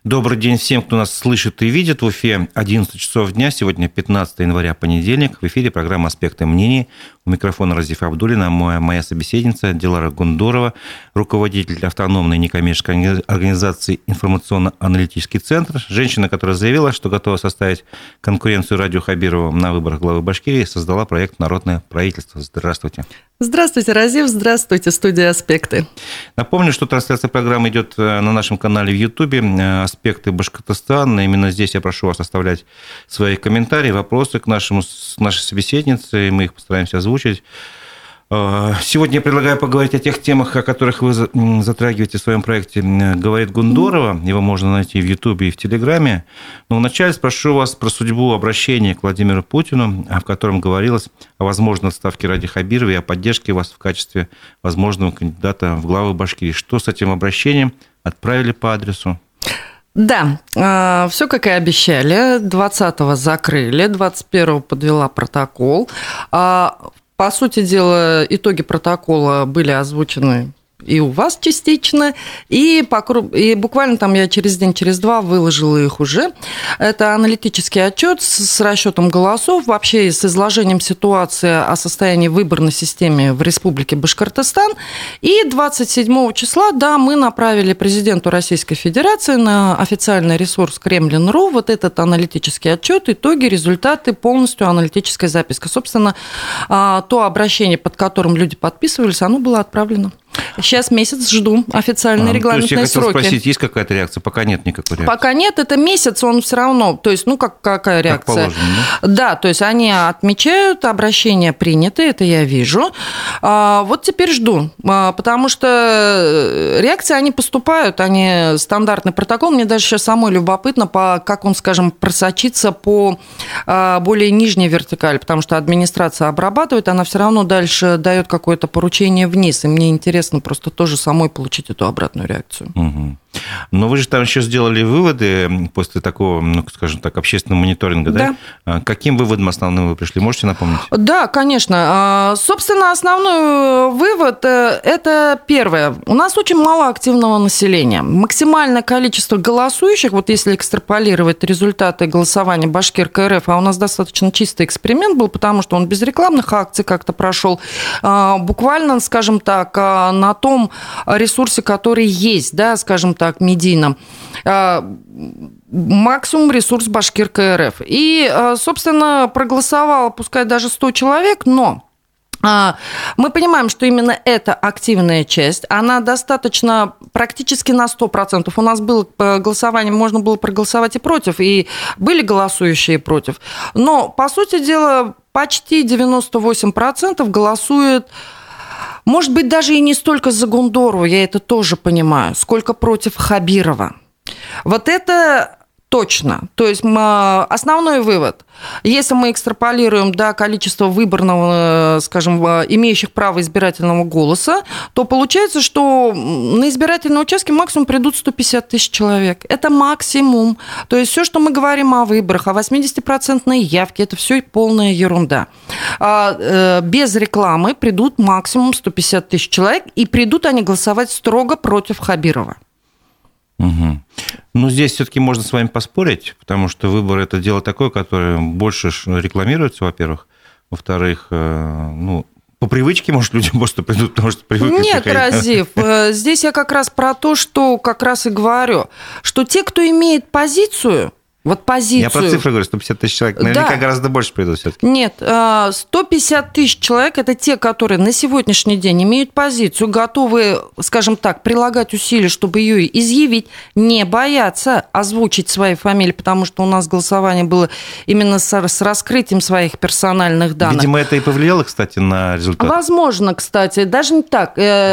Добрый день всем, кто нас слышит и видит. В Уфе 11 часов дня, сегодня 15 января, понедельник. В эфире программа «Аспекты мнений». У микрофона Разифа Абдуллина, моя собеседница Дилара Гундорова, руководитель автономной некоммерческой организации «Информационно-аналитический центр». Женщина, которая заявила, что готова составить конкуренцию Радио Хабирову на выборах главы Башкирии, создала проект «Народное правительство». Здравствуйте. Здравствуйте, Разиф. Здравствуйте, студия «Аспекты». Напомню, что трансляция программы идет на нашем канале в Ютубе «Аспекты Башкортостана». Именно здесь я прошу вас оставлять свои комментарии, вопросы к нашей собеседнице, и мы их постараемся озвучить. Сегодня я предлагаю поговорить о тех темах, о которых вы затрагиваете в своем проекте «Говорит Гундорова». Его можно найти в Ютубе и в Телеграме. Но вначале спрошу вас про судьбу обращения к Владимиру Путину, в котором говорилось о возможной отставке Ради Хабирова и о поддержке вас в качестве возможного кандидата в главы Башкирии. Что с этим обращением? Отправили по адресу? Да, все как и обещали. 20-го закрыли, 21-го подвела протокол. По сути дела, итоги протокола были озвучены и у вас частично, и буквально там я через день, через два выложила их уже. Это аналитический отчет с расчетом голосов, вообще с изложением ситуации о состоянии выборной системы в Республике Башкортостан. И 27 числа, да, мы направили президенту Российской Федерации на официальный ресурс Кремлин.ру вот этот аналитический отчет, итоги, результаты, полностью аналитическая записка. Собственно, то обращение, под которым люди подписывались, оно было отправлено. Сейчас месяц жду официальные регламентные сроки. То есть я хотел спросить, есть какая-то реакция? Пока нет никакой реакции. Пока нет, это месяц, он все равно, то есть, какая реакция? Как положено, да? Да, то есть они отмечают, обращения приняты, это я вижу. Вот теперь жду, потому что реакции, они поступают, они стандартный протокол. Мне даже сейчас самой любопытно, как он, скажем, просочится по более нижней вертикали, потому что администрация обрабатывает, она все равно дальше дает какое-то поручение вниз, и мне интересно просто тоже самой получить эту обратную реакцию. Угу. Но вы же там еще сделали выводы после такого, скажем так, общественного мониторинга, да? Да. Каким выводом основным вы пришли? Можете напомнить? Да, конечно. Собственно, основной вывод – это первое. У нас очень мало активного населения. Максимальное количество голосующих, вот если экстраполировать результаты голосования Башкир КРФ, а у нас достаточно чистый эксперимент был, потому что он без рекламных акций как-то прошел, буквально, скажем так, на том ресурсе, который есть, да, скажем так, медийном, максимум ресурс Башкир КРФ. И, собственно, проголосовало, пускай даже 100 человек, но мы понимаем, что именно эта активная часть, она достаточно практически на 100%. У нас было голосование, можно было проголосовать и против, и были голосующие против. Но, по сути дела, почти 98% голосует, может быть, даже и не столько за Гундорову, я это тоже понимаю, сколько против Хабирова. Вот это точно. То есть основной вывод. Если мы экстраполируем до количества выборного, скажем, имеющих право избирательного голоса, то получается, что на избирательные участки максимум придут 150 тысяч человек. Это максимум. То есть все, что мы говорим о выборах, о 80% явке, это все полная ерунда. Без рекламы придут максимум 150 тысяч человек, и придут они голосовать строго против Хабирова. Угу. Ну, здесь все-таки можно с вами поспорить, потому что выборы – это дело такое, которое больше рекламируется, во-первых. Во-вторых, по привычке, может, люди просто придут, потому что привыкли. Нет, Разиф, здесь я как раз про то, что как раз и говорю, что те, кто имеет позицию, Я про цифры говорю, 150 тысяч человек. Наверняка гораздо больше придут все-таки. Нет, 150 тысяч человек – это те, которые на сегодняшний день имеют позицию, готовы, скажем так, прилагать усилия, чтобы ее изъявить, не боятся озвучить свои фамилии, потому что у нас голосование было именно с раскрытием своих персональных данных. Видимо, это и повлияло, кстати, на результат. Возможно, кстати, даже не так.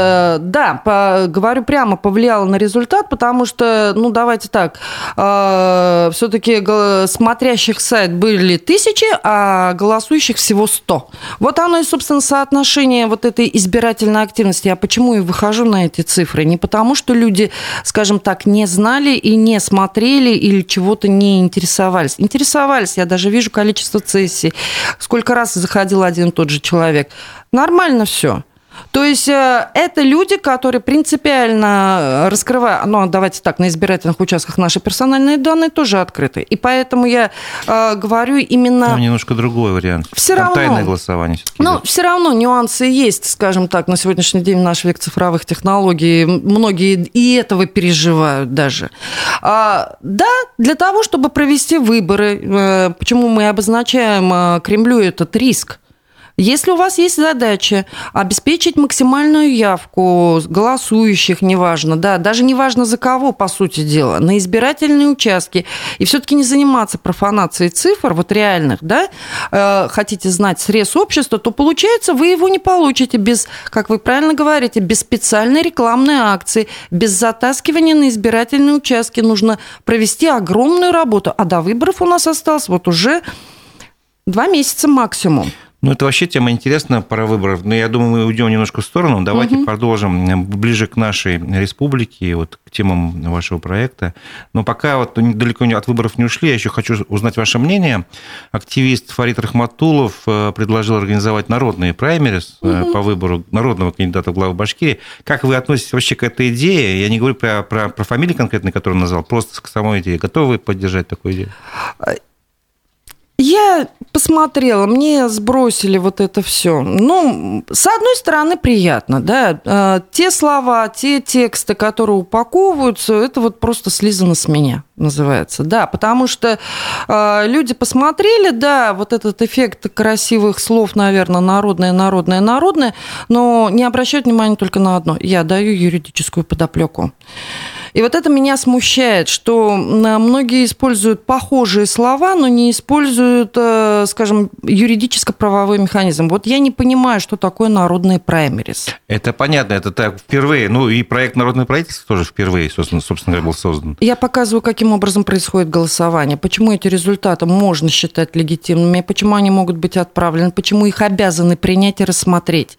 Да, говорю прямо, повлияло на результат, потому что, давайте так, все-таки смотрящих сайт были 1000, а голосующих всего 100. Вот оно и, собственно, соотношение вот этой избирательной активности. А почему я выхожу на эти цифры? Не потому, что люди, скажем так, не знали и не смотрели или чего-то не интересовались. Интересовались, я даже вижу количество сессий. Сколько раз заходил один и тот же человек. Нормально все. То есть это люди, которые принципиально раскрывают, ну, давайте так, на избирательных участках наши персональные данные тоже открыты. И поэтому я говорю именно... Там немножко другой вариант. Все там равно, тайное голосование. Но все равно нюансы есть, скажем так, на сегодняшний день в наш век цифровых технологий. Многие и этого переживают даже. Да, для того, чтобы провести выборы, почему мы обозначаем Кремлю этот риск. Если у вас есть задача обеспечить максимальную явку голосующих, неважно, да, даже неважно за кого, по сути дела, на избирательные участки, и все-таки не заниматься профанацией цифр, вот реальных, да, хотите знать срез общества, то получается, вы его не получите без, как вы правильно говорите, без специальной рекламной акции, без затаскивания на избирательные участки. Нужно провести огромную работу, а до выборов у нас осталось вот уже 2 месяца максимум. Ну, это вообще тема интересная про выборов. Но я думаю, мы уйдем немножко в сторону. Давайте продолжим ближе к нашей республике, вот к темам вашего проекта. Но пока вот далеко от выборов не ушли, я еще хочу узнать ваше мнение. Активист Фарид Рахматуллов предложил организовать народные праймерис по выбору народного кандидата в главу Башкирии. Как вы относитесь вообще к этой идее? Я не говорю про фамилии конкретные, которые он назвал, просто к самой идее. Готовы вы поддержать такую идею? Я посмотрела, мне сбросили вот это все. Ну, с одной стороны, приятно, да. Те слова, те тексты, которые упаковываются, это вот просто слизано с меня, называется, да. Потому что люди посмотрели, да, вот этот эффект красивых слов, наверное, народное, но не обращают внимания только на одно. Я даю юридическую подоплеку. И вот это меня смущает, что многие используют похожие слова, но не используют, скажем, юридическо-правовой механизм. Вот я не понимаю, что такое народные праймерис. Это понятно, это так впервые. Ну, и проект «Народное правительство» тоже впервые, собственно говоря, был создан. Я показываю, каким образом происходит голосование, почему эти результаты можно считать легитимными, почему они могут быть отправлены, почему их обязаны принять и рассмотреть.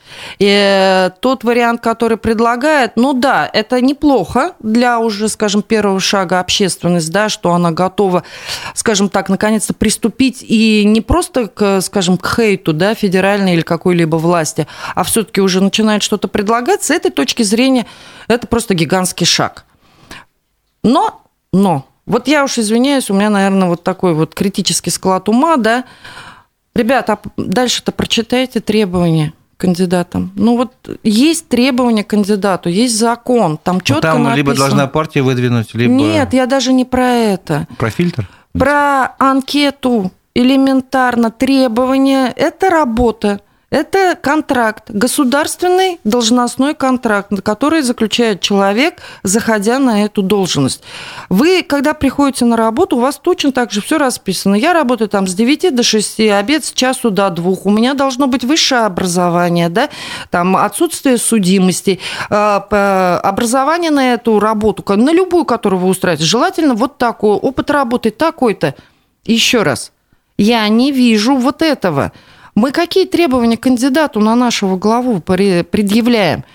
И тот вариант, который предлагает, ну да, это неплохо для уже, скажем, первого шага общественность, да, что она готова, скажем так, наконец-то приступить и не просто скажем, к хейту, да, федеральной или какой-либо власти, а все-таки уже начинает что-то предлагать. С этой точки зрения это просто гигантский шаг. Но, вот я уж извиняюсь, у меня, наверное, вот такой вот критический склад ума, да. Ребята, дальше-то прочитайте требования кандидатам. Ну вот есть требования к кандидату, есть закон, там четко написано. Там либо должна партия выдвинуть, либо... Нет, я даже не про это. Про фильтр? Про анкету, элементарно, требования. Это работа. Это контракт, государственный должностной контракт, который заключает человек, заходя на эту должность. Вы, когда приходите на работу, у вас точно так же все расписано. Я работаю там с 9 до 6, обед с часу до 2. У меня должно быть высшее образование, да? Там отсутствие судимости, образование на эту работу, на любую, которую вы устраиваете. Желательно вот такой, опыт работы такой-то. Еще раз, я не вижу вот этого. Мы какие требования кандидату на нашего главу предъявляем?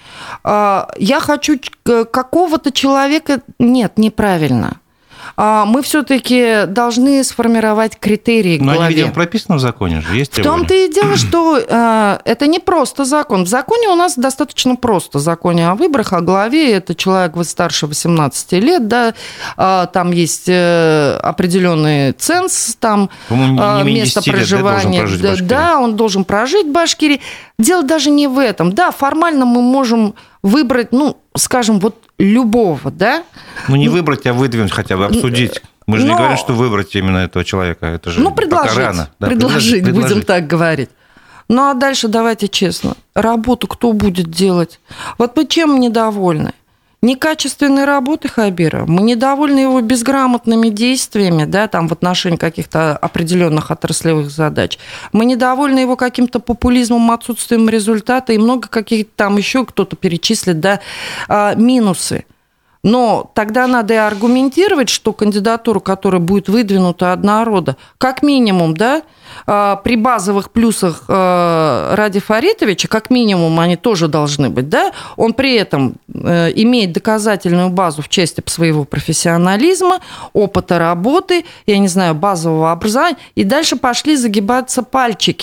Я хочу какого-то человека... Нет, неправильно. Мы все-таки должны сформировать критерии к главе. Но они, видимо, прописаны в законе же, есть требования. В том-то и дело, что это не просто закон. В законе у нас достаточно просто. В законе о выборах, о главе, это человек старше 18 лет, да, там есть определенный ценз, там место проживания. Да, он должен прожить в Башкирии. Дело даже не в этом. Да, формально мы можем выбрать, скажем, вот любого, да? Ну, не выбрать, а выдвинуть хотя бы, обсудить. Мы же не говорим, что выбрать именно этого человека. Это же предложить, пока рано. Да, предложить, будем так говорить. Ну, а дальше давайте честно. Работу кто будет делать? Вот мы чем недовольны? Некачественной работы Хабира. Мы недовольны его безграмотными действиями, да, там в отношении каких-то определенных отраслевых задач. Мы недовольны его каким-то популизмом, отсутствием результата и много каких-то там еще кто-то перечислит, да, минусы. Но тогда надо и аргументировать, что кандидатура, которая будет выдвинута от народа, как минимум, да, при базовых плюсах Ради Фаритовича, как минимум, они тоже должны быть, да, он при этом имеет доказательную базу в части своего профессионализма, опыта работы, я не знаю, базового образования, и дальше пошли загибаться пальчики.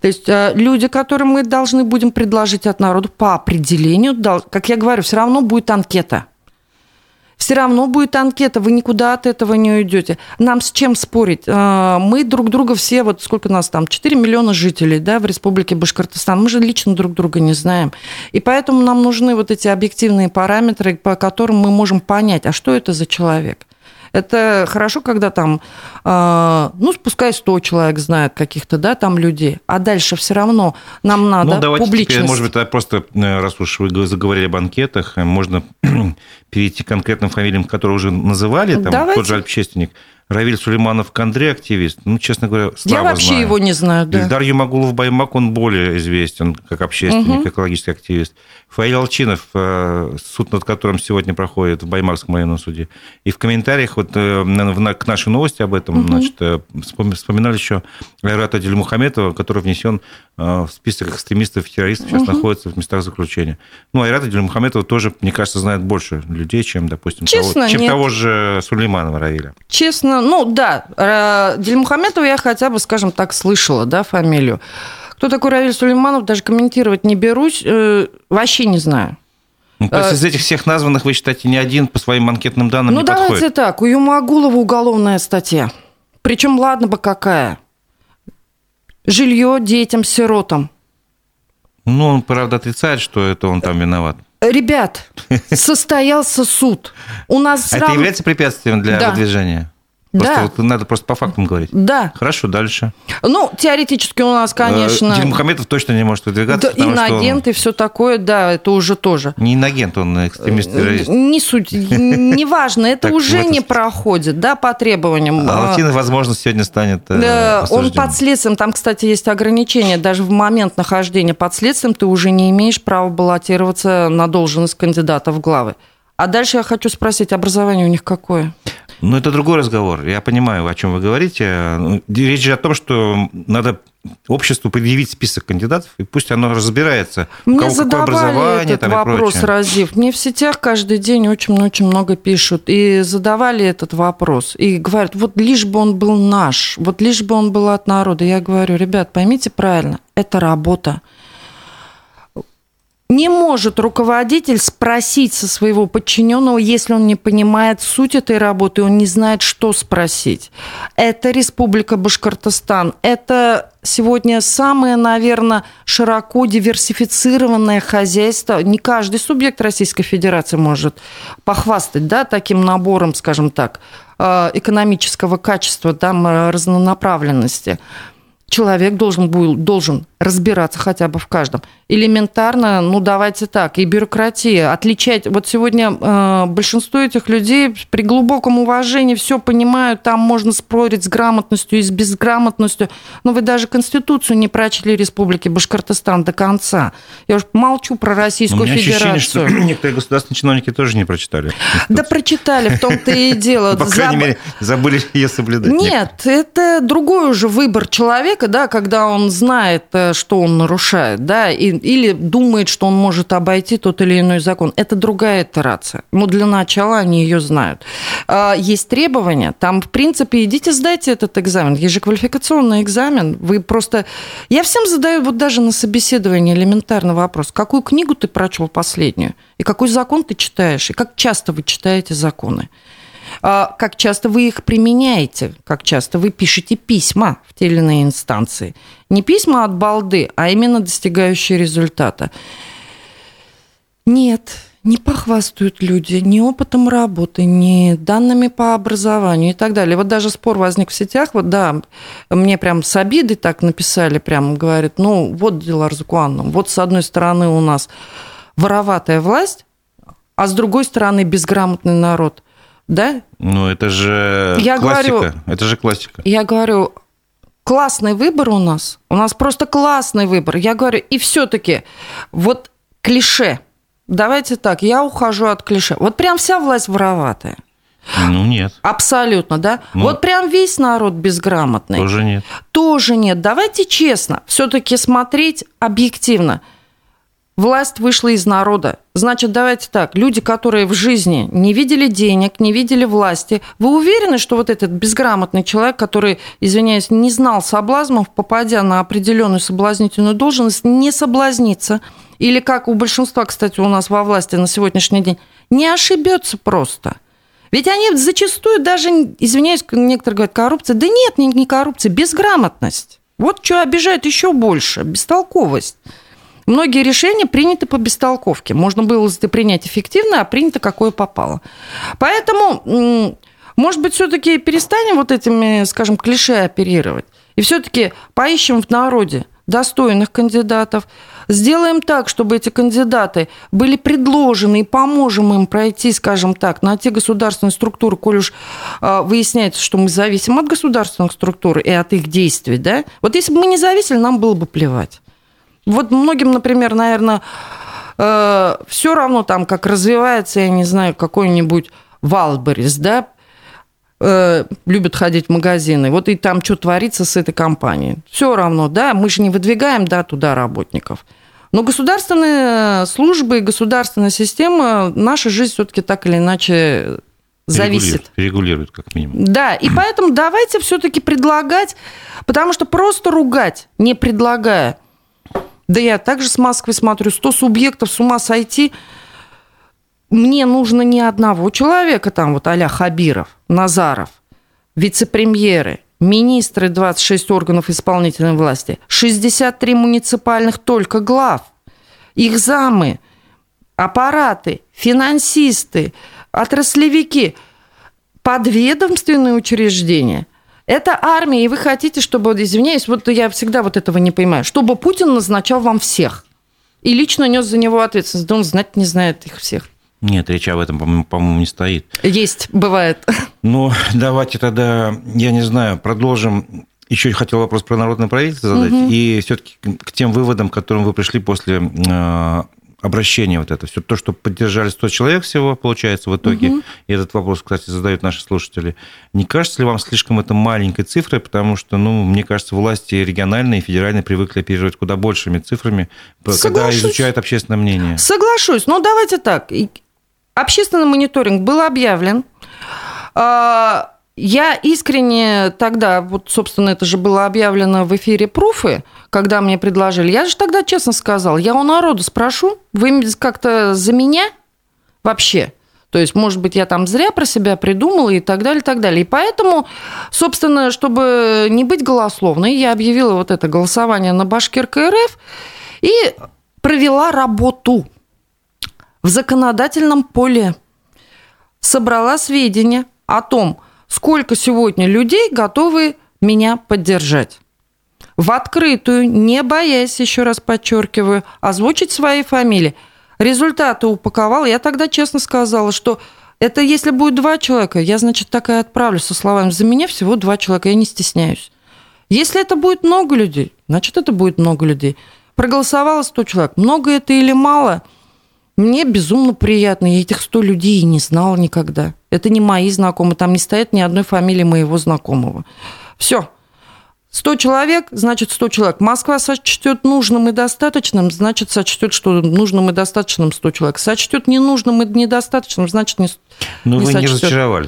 То есть люди, которым мы должны будем предложить от народа по определению, как я говорю, все равно будет анкета. Все равно будет анкета, вы никуда от этого не уйдете. Нам с чем спорить? Мы друг друга все, вот сколько нас там, 4 миллиона жителей, да, в Республике Башкортостан, мы же лично друг друга не знаем. И поэтому нам нужны вот эти объективные параметры, по которым мы можем понять, а что это за человек. Это хорошо, когда там, пускай 100 человек знает каких-то, да, там людей, а дальше все равно нам надо публичность. Теперь, может быть, просто, раз уж вы заговорили об анкетах, можно перейти к конкретным фамилиям, которые уже называли, там тот же общественник. Равиль Сулейманов-Кандре, активист, честно говоря, слабо Я вообще знаю. Его не знаю, да. Ильдар Юмагулов-Баймак, он более известен как общественник, экологический активист. Фаиль Алчинов, суд над которым сегодня проходит в Баймакском районном суде. И в комментариях вот к нашей новости об этом, вспоминали еще Айрата Дильмухаметова, который внесен в список экстремистов и террористов, сейчас находится в местах заключения. Айрата Дильмухаметова тоже, мне кажется, знает больше людей, чем, допустим, того же Сулейманова Равиля. Честно, Дильмухаметова я хотя бы, скажем так, слышала, да, фамилию. Кто такой Равиль Сулейманов, даже комментировать не берусь, вообще не знаю. То есть из этих всех названных, вы считаете, ни один по своим анкетным данным не подходит? Давайте так, у Юмагулова уголовная статья. Причем, ладно бы какая. Жилье детям-сиротам. Он, правда, отрицает, что это он там виноват. Ребят, состоялся суд. У нас это является препятствием для выдвижения? Надо просто по фактам говорить. Да. Хорошо, дальше. Теоретически у нас, конечно... Дильмухаметов точно не может выдвигаться. Да, иноагент и все такое, да, это уже тоже. Не иноагент, он экстремист-террорист. Не суть, неважно, это уже не проходит, да, по требованиям. Алатинов, возможно, сегодня станет он под следствием, там, кстати, есть ограничения, даже в момент нахождения под следствием ты уже не имеешь права баллотироваться на должность кандидата в главы. А дальше я хочу спросить, образование у них какое? Это другой разговор. Я понимаю, о чем вы говорите. Речь же о том, что надо обществу предъявить список кандидатов, и пусть оно разбирается, у кого какое образование этот вопрос, Разив. Мне в сетях каждый день очень много пишут, и задавали этот вопрос, и говорят, вот лишь бы он был наш, вот лишь бы он был от народа. Я говорю, ребят, поймите правильно, это работа. Не может руководитель спросить со своего подчиненного, если он не понимает суть этой работы, он не знает, что спросить. Это Республика Башкортостан. Это сегодня самое, наверное, широко диверсифицированное хозяйство. Не каждый субъект Российской Федерации может похвастать, да, таким набором, скажем так, экономического качества, там, разнонаправленности. Человек должен разбираться хотя бы в каждом. Элементарно, давайте так, и бюрократия. Отличать, вот сегодня большинство этих людей при глубоком уважении все понимают, там можно спорить с грамотностью и с безграмотностью, но вы даже Конституцию не прочли Республики Башкортостан до конца. Я уж молчу про Российскую Федерацию. У меня ощущение, что некоторые государственные чиновники тоже не прочитали. Да прочитали, в том-то и дело. По крайней мере, забыли ее соблюдать. Нет, это другой уже выбор человека, да, когда он знает, что он нарушает, да, или думает, что он может обойти тот или иной закон. Это другая итерация. Для начала они ее знают. Есть требования. Там, в принципе, идите сдайте этот экзамен. Есть же квалификационный экзамен. Вы просто... Я всем задаю вот даже на собеседовании элементарный вопрос. Какую книгу ты прочел последнюю? И какой закон ты читаешь? И как часто вы читаете законы? Как часто вы их применяете, как часто вы пишете письма в те или иные инстанции. Не письма от балды, а именно достигающие результата. Нет, не похвастают люди ни опытом работы, ни данными по образованию и так далее. Вот даже спор возник в сетях, мне прям с обидой так написали, прям говорят, вот Дилар Зукуановна, вот с одной стороны у нас вороватая власть, а с другой стороны безграмотный народ. Да? Это же классика. Это же классика. Я говорю, классный выбор у нас просто классный выбор. Я говорю, и все-таки вот клише. Давайте так, я ухожу от клише. Вот прям вся власть вороватая. Нет. Абсолютно, да? Вот прям весь народ безграмотный. Тоже нет. Тоже нет. Давайте честно, все-таки смотреть объективно. Власть вышла из народа. Значит, давайте так, люди, которые в жизни не видели денег, не видели власти, вы уверены, что вот этот безграмотный человек, который, извиняюсь, не знал соблазнов, попадя на определенную соблазнительную должность, не соблазнится? Или, как у большинства, кстати, у нас во власти на сегодняшний день, не ошибется просто? Ведь они зачастую даже, извиняюсь, некоторые говорят, коррупция. Да нет, не коррупция, безграмотность. Вот что обижает еще больше, бестолковость. Многие решения приняты по бестолковке. Можно было принять эффективно, а принято какое попало. Поэтому, может быть, все-таки перестанем вот этими, скажем, клише оперировать. И все-таки поищем в народе достойных кандидатов. Сделаем так, чтобы эти кандидаты были предложены и поможем им пройти, скажем так, на те государственные структуры, коль уж выясняется, что мы зависим от государственных структур и от их действий. Да? Вот если бы мы не зависели, нам было бы плевать. Вот многим, например, наверное, все равно там, как развивается, я не знаю, какой-нибудь Валберис, да, любят ходить в магазины, вот и там что творится с этой компанией. Все равно, да, мы же не выдвигаем, да, туда работников. Но государственные службы и государственная система, наша жизнь все-таки так или иначе зависит. Регулирует, как минимум. Да, и поэтому давайте все-таки предлагать, потому что просто ругать, не предлагая. Да я также с Москвы смотрю, 100 субъектов, с ума сойти. Мне нужно не одного человека, там вот а-ля Хабиров, Назаров, вице-премьеры, министры, 26 органов исполнительной власти, 63 муниципальных только глав, их замы, аппараты, финансисты, отраслевики, подведомственные учреждения. Это армия, и вы хотите, чтобы, извиняюсь, вот я всегда вот этого не понимаю, чтобы Путин назначал вам всех и лично нес за него ответственность. Да он знать не знает их всех. Нет, речь об этом, по-моему, не стоит. Есть, бывает. Ну, давайте тогда, я не знаю, продолжим. Еще хотел вопрос про народное правительство задать. И все-таки к тем выводам, к которым вы пришли после обращения вот это. Все то, что поддержали 100 человек всего, получается, в итоге. И этот вопрос, кстати, задают наши слушатели. Не кажется ли вам слишком это маленькой цифрой? Потому что, мне кажется, власти региональные и федеральные привыкли оперировать куда большими цифрами, когда изучают общественное мнение. Соглашусь. Но давайте так. Общественный мониторинг был объявлен. Я искренне тогда, вот, собственно, это же было объявлено в эфире «Пруфы», когда мне предложили, я же тогда честно сказала, я у народа спрошу, вы как-то за меня вообще? То есть, может быть, я там зря про себя придумала и так далее, и так далее. И поэтому, собственно, чтобы не быть голословной, я объявила вот это голосование на Башкир.КРФ и провела работу в законодательном поле. Собрала сведения о том, сколько сегодня людей готовы меня поддержать. В открытую, не боясь, еще раз подчеркиваю, озвучить свои фамилии. Результаты упаковала. Я тогда честно сказала, что это если будет 2 человека, я, значит, так и отправлю со словами «за меня всего 2 человека, я не стесняюсь». Если это будет много людей, значит, это будет много людей. Проголосовало 100 человек. Много это или мало? Мне безумно приятно. Я этих 100 людей и не знала никогда. Это не мои знакомые. Там не стоит ни одной фамилии моего знакомого. Все. 100 человек, значит, 100 человек. Москва сочтет нужным и достаточным, значит, сочтет, что нужным и достаточным 100 человек. Сочтет ненужным и недостаточным, значит, не сочтет. Но вы не разочаровались.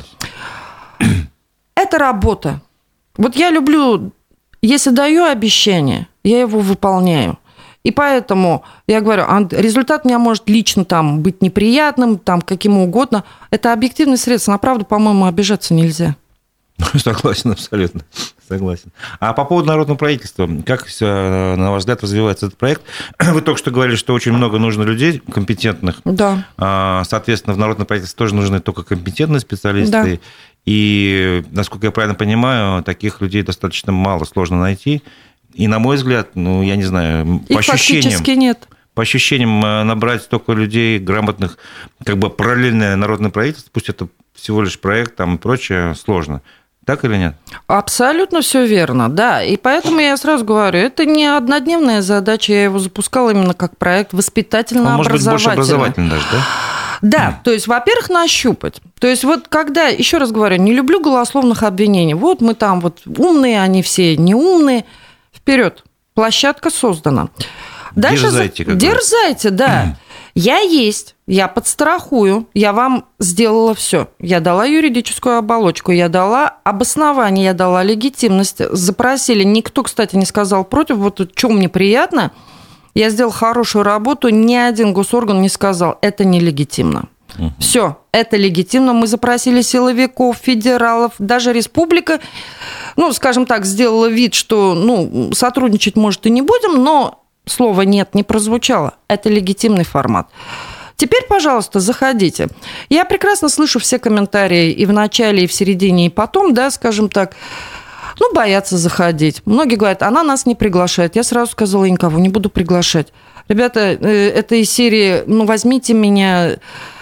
Это работа. Вот я люблю, если даю обещание, я его выполняю. И поэтому я говорю, результат у меня может лично там быть неприятным, там каким угодно. Это объективное средство. На правду, по-моему, обижаться нельзя. Согласен, абсолютно. Согласен. А по поводу народного правительства, как, на ваш взгляд, развивается этот проект? Вы только что говорили, что очень много нужно людей компетентных. Да. Соответственно, в народном правительстве тоже нужны только компетентные специалисты. Да. И, насколько я правильно понимаю, таких людей достаточно мало, сложно найти. И, на мой взгляд, я не знаю, по ощущениям... фактически нет. По ощущениям, набрать столько людей грамотных, как бы параллельное народное правительство, пусть это всего лишь проект там и прочее, сложно. Так или нет? Абсолютно все верно, да. И поэтому я сразу говорю, это не однодневная задача, я его запускала именно как проект воспитательно-образовательный. Может быть, больше образовательный даже, да? Да, то есть, во-первых, нащупать. То есть, вот когда, еще раз говорю, не люблю голословных обвинений. Вот мы там вот умные, они все неумные. Вперед, площадка создана. Дальше дерзайте, дерзайте, да. Я есть, я подстрахую, я вам сделала все. Я дала юридическую оболочку, я дала обоснование, я дала легитимность. Запросили, никто, кстати, не сказал против. Вот что мне приятно, я сделал хорошую работу, ни один госорган не сказал, это нелегитимно. Все, это легитимно. Мы запросили силовиков, федералов, даже республика, скажем так, сделала вид, что, сотрудничать, может, и не будем, но слово «нет» не прозвучало. Это легитимный формат. Теперь, пожалуйста, заходите. Я прекрасно слышу все комментарии и в начале, и в середине, и потом, да, скажем так, боятся заходить. Многие говорят, она нас не приглашает. Я сразу сказала, я никого не буду приглашать. Ребята, это из серии возьмите меня,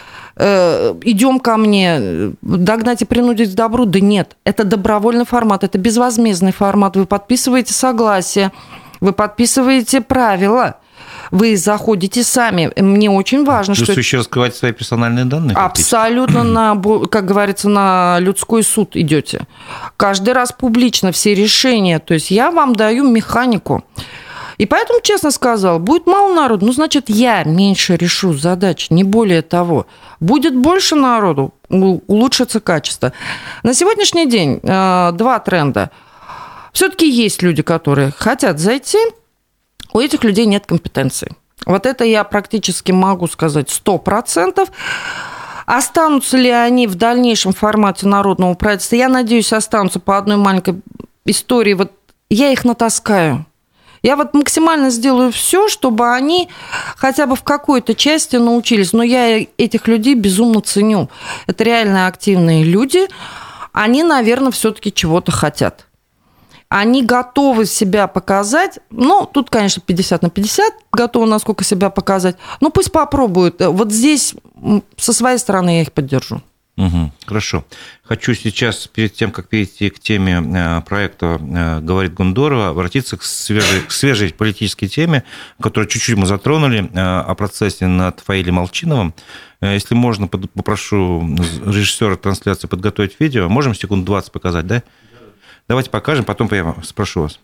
идем ко мне, догнать и принудить к добру. Да нет, это добровольный формат, это безвозмездный формат. Вы подписываете согласие, вы подписываете правила, вы заходите сами. Мне очень важно, что... Плюс еще раскрывать свои персональные данные? Абсолютно, как говорится, на людской суд идете. Каждый раз публично все решения. То есть я вам даю механику. И поэтому, честно сказал, будет мало народу, значит, я меньше решу задач, не более того. Будет больше народу, улучшится качество. На сегодняшний день 2 тренда. Все-таки есть люди, которые хотят зайти, у этих людей нет компетенции. Вот это я практически могу сказать 100%. Останутся ли они в дальнейшем формате народного правительства? Я надеюсь, останутся по одной маленькой истории. Вот я их натаскаю. Я максимально сделаю все, чтобы они хотя бы в какой-то части научились. Но я этих людей безумно ценю. Это реально активные люди. Они, наверное, все-таки чего-то хотят. Они готовы себя показать. Тут, конечно, 50/50 готовы, насколько себя показать. Пусть попробуют. Вот здесь со своей стороны я их поддержу. Хорошо. Хочу сейчас, перед тем, как перейти к теме проекта «Говорит Гундорова», обратиться к свежей политической теме, которую чуть-чуть мы затронули, о процессе над Фаилем Алчиновым. Если можно, попрошу режиссера трансляции подготовить видео. Можем секунд 20 показать, да? Давайте покажем, потом я спрошу вас.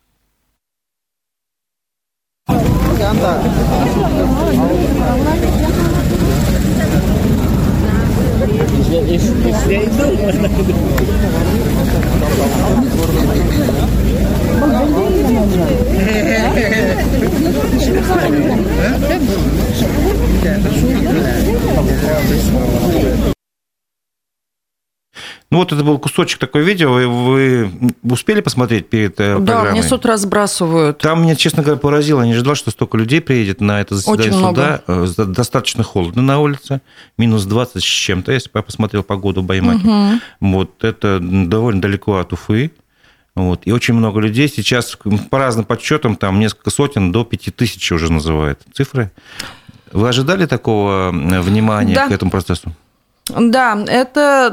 Вот это был кусочек такой видео, вы успели посмотреть перед программой? Да, мне с утра сбрасывают. Там меня, честно говоря, поразило. Я не ожидал, что столько людей приедет на это заседание суда. Достаточно холодно на улице, минус 20 с чем-то, если я посмотрел погоду в Баймаке. Вот это довольно далеко от Уфы. Вот. И очень много людей сейчас, по разным подсчетам, там несколько сотен до 5000 уже называют цифры. Вы ожидали такого внимания к этому процессу? Да, это,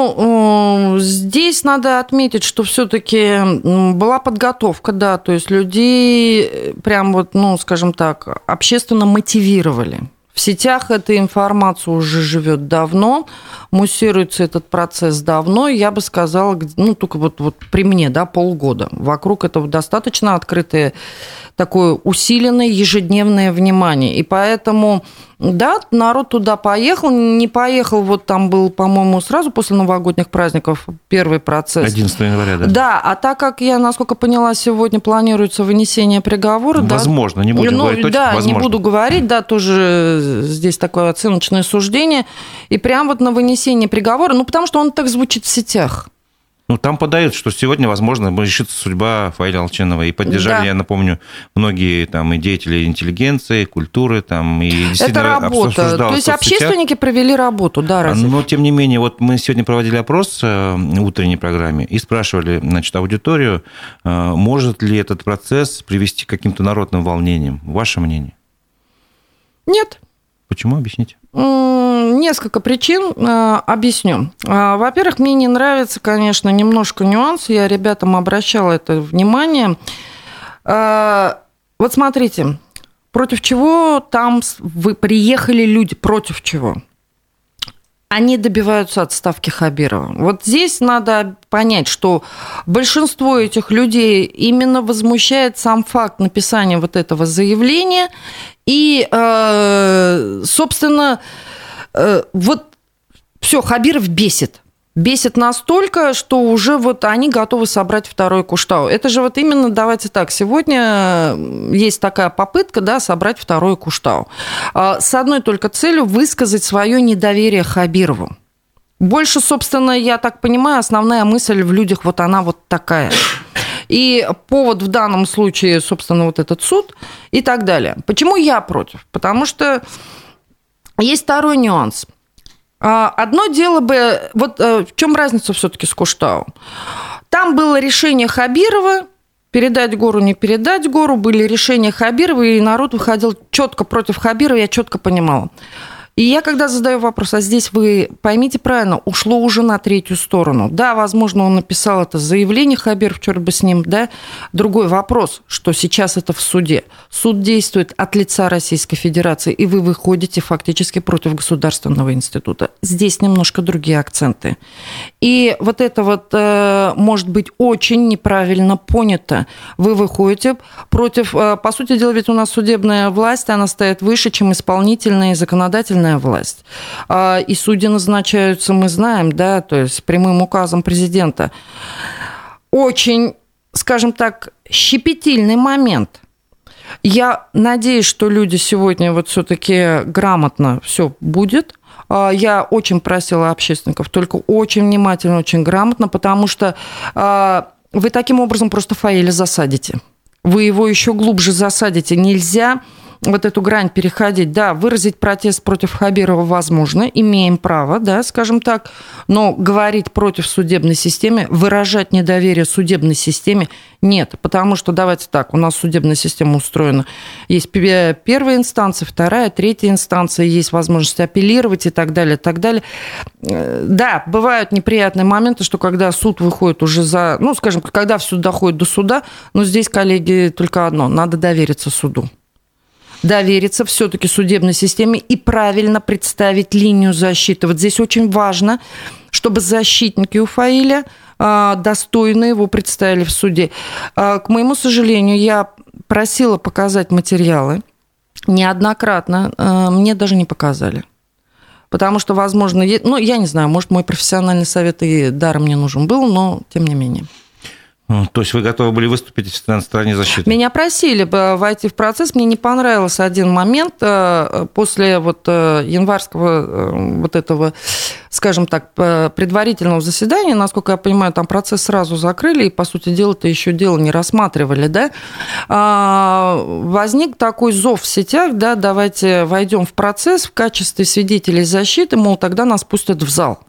здесь надо отметить, что все-таки была подготовка, да, то есть людей прям скажем так, общественно мотивировали. В сетях эта информация уже живет давно, муссируется этот процесс давно, я бы сказала, только вот при мне, да, полгода. Вокруг этого достаточно открытое, такое усиленное ежедневное внимание. И поэтому, да, народ туда поехал, не поехал, там был, по-моему, сразу после новогодних праздников первый процесс. 11 января, да. Да, а так как я, насколько поняла, сегодня планируется вынесение приговора. Возможно, не будем говорить точно, да, возможно. Не буду говорить, да, тоже здесь такое оценочное суждение. И прям на вынесение приговора, потому что он так звучит в сетях. Там подают, что сегодня, возможно, решится судьба Фаиля Алчинова. И поддержали, я напомню, многие и деятели интеллигенции, культуры, и действительно это работа. обсуждалось. То есть общественники провели работу, да, разве? Но, тем не менее, мы сегодня проводили опрос в утренней программе и спрашивали, аудиторию, может ли этот процесс привести к каким-то народным волнениям. Ваше мнение? Нет. Почему? Объясните. Несколько причин. Объясню. Во-первых, мне не нравится, конечно, немножко нюанс. Я ребятам обращала это внимание. Вот смотрите, против чего там вы приехали люди, против чего? они добиваются отставки Хабирова. Вот здесь надо понять, что большинство этих людей именно возмущает сам факт написания вот этого заявления. И, собственно, вот все, Хабиров бесит. Бесит настолько, что уже вот они готовы собрать второй Куштау. Это же вот именно, давайте так, сегодня есть такая попытка, да, собрать второй Куштау. С одной только целью высказать свое недоверие Хабирову. Больше, собственно, я так понимаю, основная мысль в людях вот она вот такая. И повод в данном случае, собственно, вот этот суд и так далее. Почему я против? Потому что есть второй нюанс. Одно дело бы... Вот в чем разница все-таки с Куштау? Там было решение Хабирова, передать гору, не передать гору, были решения Хабирова, и народ выходил четко против Хабирова, я четко понимала. И я когда задаю вопрос, а здесь вы поймите правильно, ушло уже на третью сторону. Да, возможно, он написал это заявление, Хабиров, черт бы с ним, да. Другой вопрос, что сейчас это в суде. Суд действует от лица Российской Федерации, и вы выходите фактически против государственного института. Здесь немножко другие акценты. И вот это вот может быть очень неправильно понято. Вы выходите против... По сути дела, ведь у нас судебная власть, она стоит выше, чем исполнительная и законодательная власть. И судьи назначаются, мы знаем, да, то есть прямым указом президента. Очень, скажем так, щепетильный момент. Я надеюсь, что люди сегодня вот все-таки грамотно все будет. Я очень просила общественников, только очень внимательно, очень грамотно, потому что вы таким образом просто Фаиля засадите. Вы его еще глубже засадите. Нельзя вот эту грань переходить. Да, выразить протест против Хабирова возможно, имеем право, да, скажем так, но говорить против судебной системы, выражать недоверие судебной системе нет, потому что, давайте так, у нас судебная система устроена. Есть первая инстанция, вторая, третья инстанция, есть возможность апеллировать и так далее, и так далее. Да, бывают неприятные моменты, что когда суд выходит уже за, ну, скажем, когда все доходит до суда, но здесь, коллеги, только одно, надо довериться суду. Довериться все-таки судебной системе и правильно представить линию защиты. Вот здесь очень важно, чтобы защитники у Фаиля достойно его представили в суде. К моему сожалению, я просила показать материалы неоднократно, мне даже не показали. Потому что, возможно, ну, я не знаю, может, мой профессиональный совет и даром не нужен был, но тем не менее. То есть вы готовы были выступить на стороне защиты? Меня просили войти в процесс. Мне не понравился один момент после вот январского вот этого, скажем так, предварительного заседания. Насколько я понимаю, там процесс сразу закрыли, и, по сути дела-то еще дело не рассматривали, да. Возник такой зов в сетях, да, давайте войдем в процесс в качестве свидетелей защиты, мол, тогда нас пустят в зал.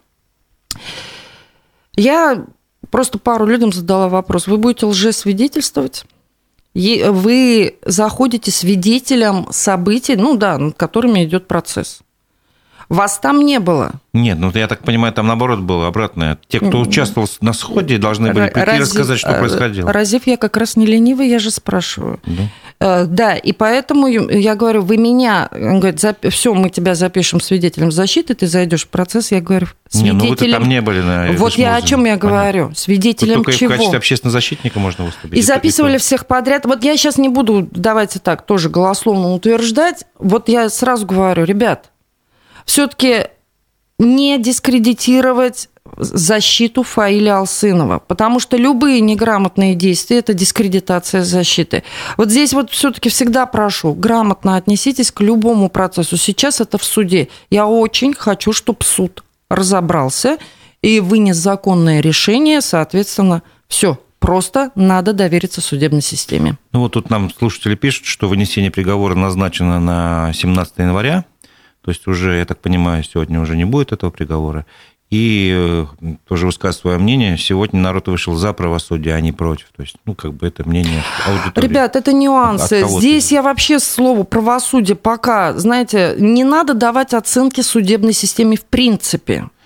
Я просто пару людям задала вопрос. Вы будете лжесвидетельствовать? Вы заходите свидетелем событий, ну да, над которыми идет процесс. Вас там не было. Нет, ну я так понимаю, там наоборот было обратное. Те, кто участвовал на сходе, должны были прийти и рассказать, что происходило. Разив, я как раз не ленивый, я же спрашиваю. Да, и поэтому я говорю, вы меня, он говорит, все, мы тебя запишем свидетелем защиты, ты зайдешь в процесс, я говорю, свидетелем... Не, ну вы там не были на... Вот я о чем я говорю, понятно. Свидетелем только чего? В качестве общественного защитника можно выступить. И записывали всех подряд. Вот я сейчас не буду, давайте так, тоже голословно утверждать, вот я сразу говорю, ребят, все-таки не дискредитировать защиту Фаиля Алсынова, потому что любые неграмотные действия – это дискредитация защиты. Вот здесь вот все-таки всегда прошу, грамотно отнеситесь к любому процессу. Сейчас это в суде. Я очень хочу, чтобы суд разобрался и вынес законное решение, соответственно, все. Просто надо довериться судебной системе. Ну вот тут нам слушатели пишут, что вынесение приговора назначено на 17 января. То есть уже, я так понимаю, сегодня уже не будет этого приговора. И тоже высказываю свое мнение. Сегодня народ вышел за правосудие, а не против. То есть, ну, как бы это мнение аудитории. Ребят, это нюансы. Здесь я вообще слово правосудие пока, знаете, не надо давать оценки судебной системе в принципе.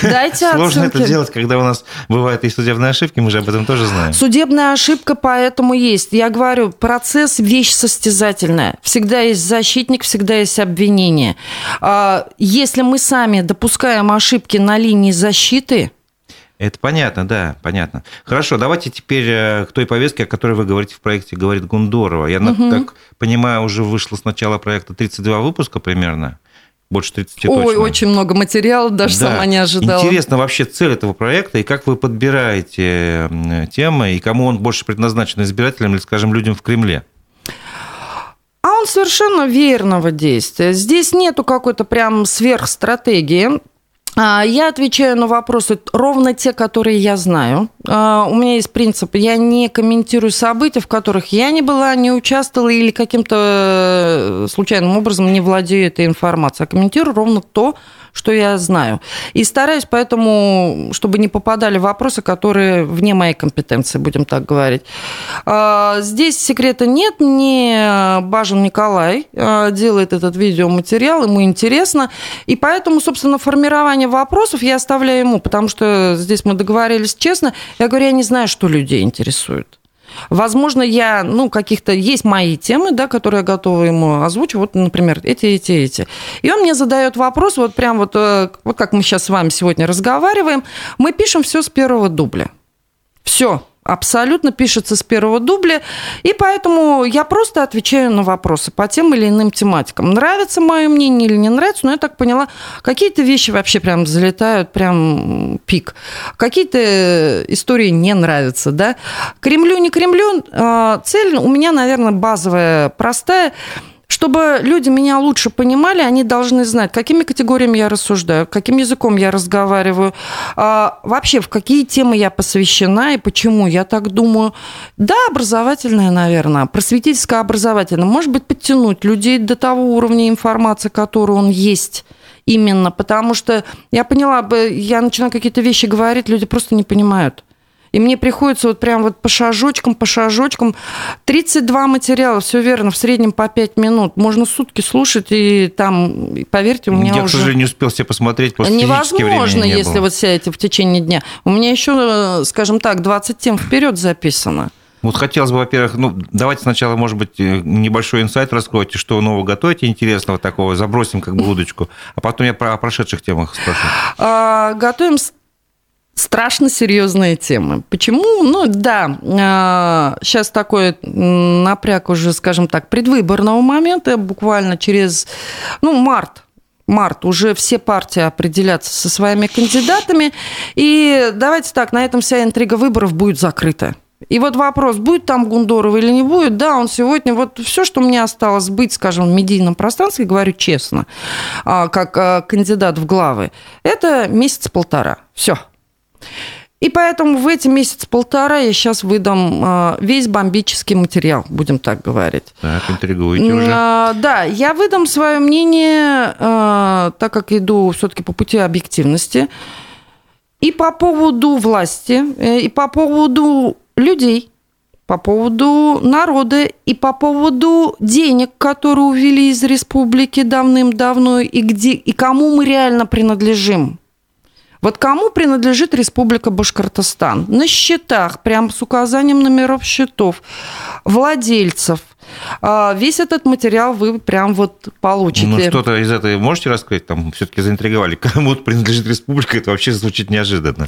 Дайте оценки. Сложно это делать, когда у нас бывают и судебные ошибки, мы же об этом тоже знаем. Судебная ошибка поэтому есть. Я говорю, процесс – вещь состязательная. Всегда есть защитник, всегда есть обвинение. Если мы сами допускаем ошибки на линии защиты... Это понятно, да, понятно. Хорошо, давайте теперь к той повестке, о которой вы говорите в проекте «Говорит Гундорова». Я так понимаю, уже вышло с начала проекта 32 выпуска примерно. Больше 30 точно. Ой, очень много материала, даже сама не ожидала. Интересно вообще цель этого проекта и как вы подбираете темы, и кому он больше предназначен, избирателям или, скажем, людям в Кремле? А он совершенно верного действия. Здесь нету какой-то прям сверхстратегии. Я отвечаю на вопросы ровно те, которые я знаю. У меня есть принцип, я не комментирую события, в которых я не была, не участвовала или каким-то случайным образом не владею этой информацией, а комментирую ровно то, что я знаю. И стараюсь поэтому, чтобы не попадали вопросы, которые вне моей компетенции, будем так говорить. Здесь секрета нет. Мне Бажин Николай делает этот видеоматериал, ему интересно. И поэтому, собственно, формирование вопросов я оставляю ему, потому что здесь мы договорились честно. Я говорю, я не знаю, что людей интересует. Возможно, каких-то есть мои темы, да, которые я готова ему озвучить, вот, например, эти. И он мне задает вопрос, вот прям вот как мы сейчас с вами сегодня разговариваем, мы пишем все с первого дубля. Все. Абсолютно пишется с первого дубля, и поэтому я просто отвечаю на вопросы по тем или иным тематикам. Нравится мое мнение или не нравится, но я так поняла, какие-то вещи вообще прям залетают, прям пик. Какие-то истории не нравятся, да. Кремлю, не Кремлю, цель у меня, наверное, базовая, простая. Чтобы люди меня лучше понимали, они должны знать, какими категориями я рассуждаю, каким языком я разговариваю, вообще в какие темы я посвящена и почему я так думаю. Да, образовательная, наверное, просветительско-образовательная. Может быть, подтянуть людей до того уровня информации, который он есть. Именно потому что я поняла, я начинаю какие-то вещи говорить, люди просто не понимают. И мне приходится вот прям вот по шажочкам. 32 материала, все верно, в среднем по 5 минут. Можно сутки слушать, и там, поверьте, у меня Я, к сожалению, не успел все посмотреть, просто физически времени не было. Невозможно, если вот сядете в течение дня. У меня еще, скажем так, 20 тем вперед записано. Вот хотелось бы, во-первых, давайте сначала, может быть, небольшой инсайт раскройте, что нового готовите интересного такого, забросим как бы удочку, а потом я про прошедших темах спрошу. Готовим страшно серьезные темы. Почему? Сейчас такой напряг уже, скажем так, предвыборного момента, буквально через, март уже все партии определятся со своими кандидатами, и давайте так, на этом вся интрига выборов будет закрыта. И вот вопрос, будет там Гундорова или не будет, да, он сегодня, вот все, что мне осталось быть, скажем, в медийном пространстве, говорю честно, как кандидат в главы, это месяц-полтора, все. И поэтому в эти месяц-полтора я сейчас выдам весь бомбический материал, будем так говорить. Так, интригуете уже. Да, я выдам свое мнение, так как иду все-таки по пути объективности, и по поводу власти, и по поводу людей, по поводу народа, и по поводу денег, которые увели из республики давным-давно, и кому мы реально принадлежим. Вот кому принадлежит Республика Башкортостан? На счетах, прям с указанием номеров счетов, владельцев. Весь этот материал вы прям вот получите. Что-то из этого можете раскрыть? Там все-таки заинтриговали. Кому принадлежит республика, это вообще звучит неожиданно.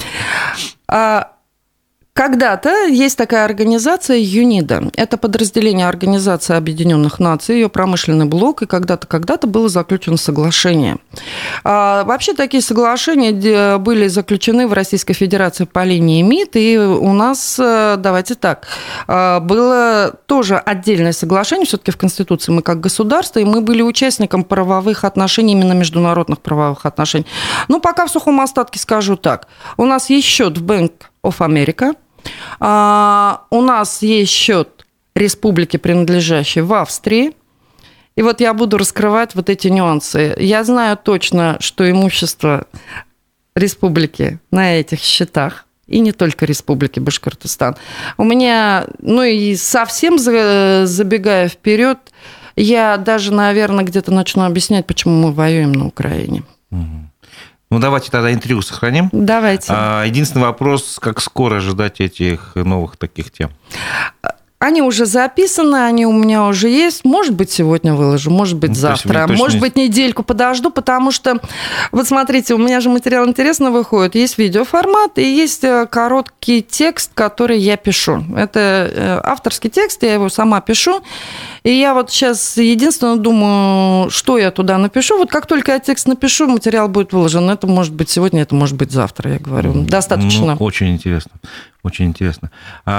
Когда-то есть такая организация ЮНИДО. Это подразделение Организации Объединенных Наций, ее промышленный блок, и когда-то было заключено соглашение. Вообще такие соглашения были заключены в Российской Федерации по линии МИД, и у нас, давайте так, было тоже отдельное соглашение, все-таки в Конституции мы как государство, и мы были участником правовых отношений, именно международных правовых отношений. Пока в сухом остатке скажу так. У нас есть счет в Bank of America, у нас есть счет республики, принадлежащей в Австрии. И вот я буду раскрывать вот эти нюансы. Я знаю точно, что имущество республики на этих счетах, и не только Республики Башкортостан. У меня, и совсем забегая вперед, я даже, наверное, где-то начну объяснять, почему мы воюем на Украине. Ну, давайте тогда интригу сохраним. Давайте. Единственный вопрос, как скоро ожидать этих новых таких тем? Они уже записаны, они у меня уже есть. Может быть, сегодня выложу, может быть, завтра. Может быть, недельку подожду, потому что, вот смотрите, у меня же материал интересно выходит. Есть видеоформат и есть короткий текст, который я пишу. Это авторский текст, я его сама пишу. И я вот сейчас единственное думаю, что я туда напишу. Вот как только я текст напишу, материал будет выложен. Это может быть сегодня, это может быть завтра, я говорю. Достаточно. Ну, очень интересно. Очень интересно.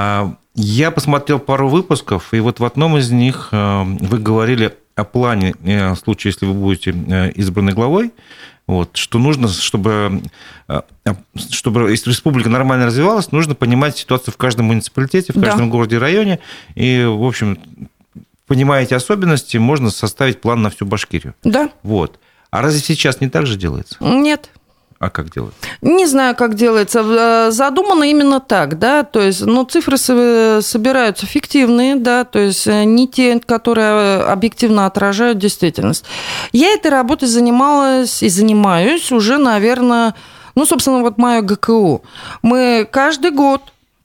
Я посмотрел пару выпусков, и вот в одном из них вы говорили о плане, в случае, если вы будете избраны главой, вот, что нужно, чтобы если республика нормально развивалась, нужно понимать ситуацию в каждом муниципалитете, в каждом городе, районе, и, в общем, понимая эти особенности, можно составить план на всю Башкирию. Да. Вот. А разве сейчас не так же делается? Нет. А как делается? Не знаю, как делается. Задумано именно так, да, то есть, ну, цифры собираются фиктивные, да, то есть не те, которые объективно отражают действительность. Я этой работой занималась и занимаюсь уже, наверное, ну, собственно, вот мое ГКУ. Мы каждый год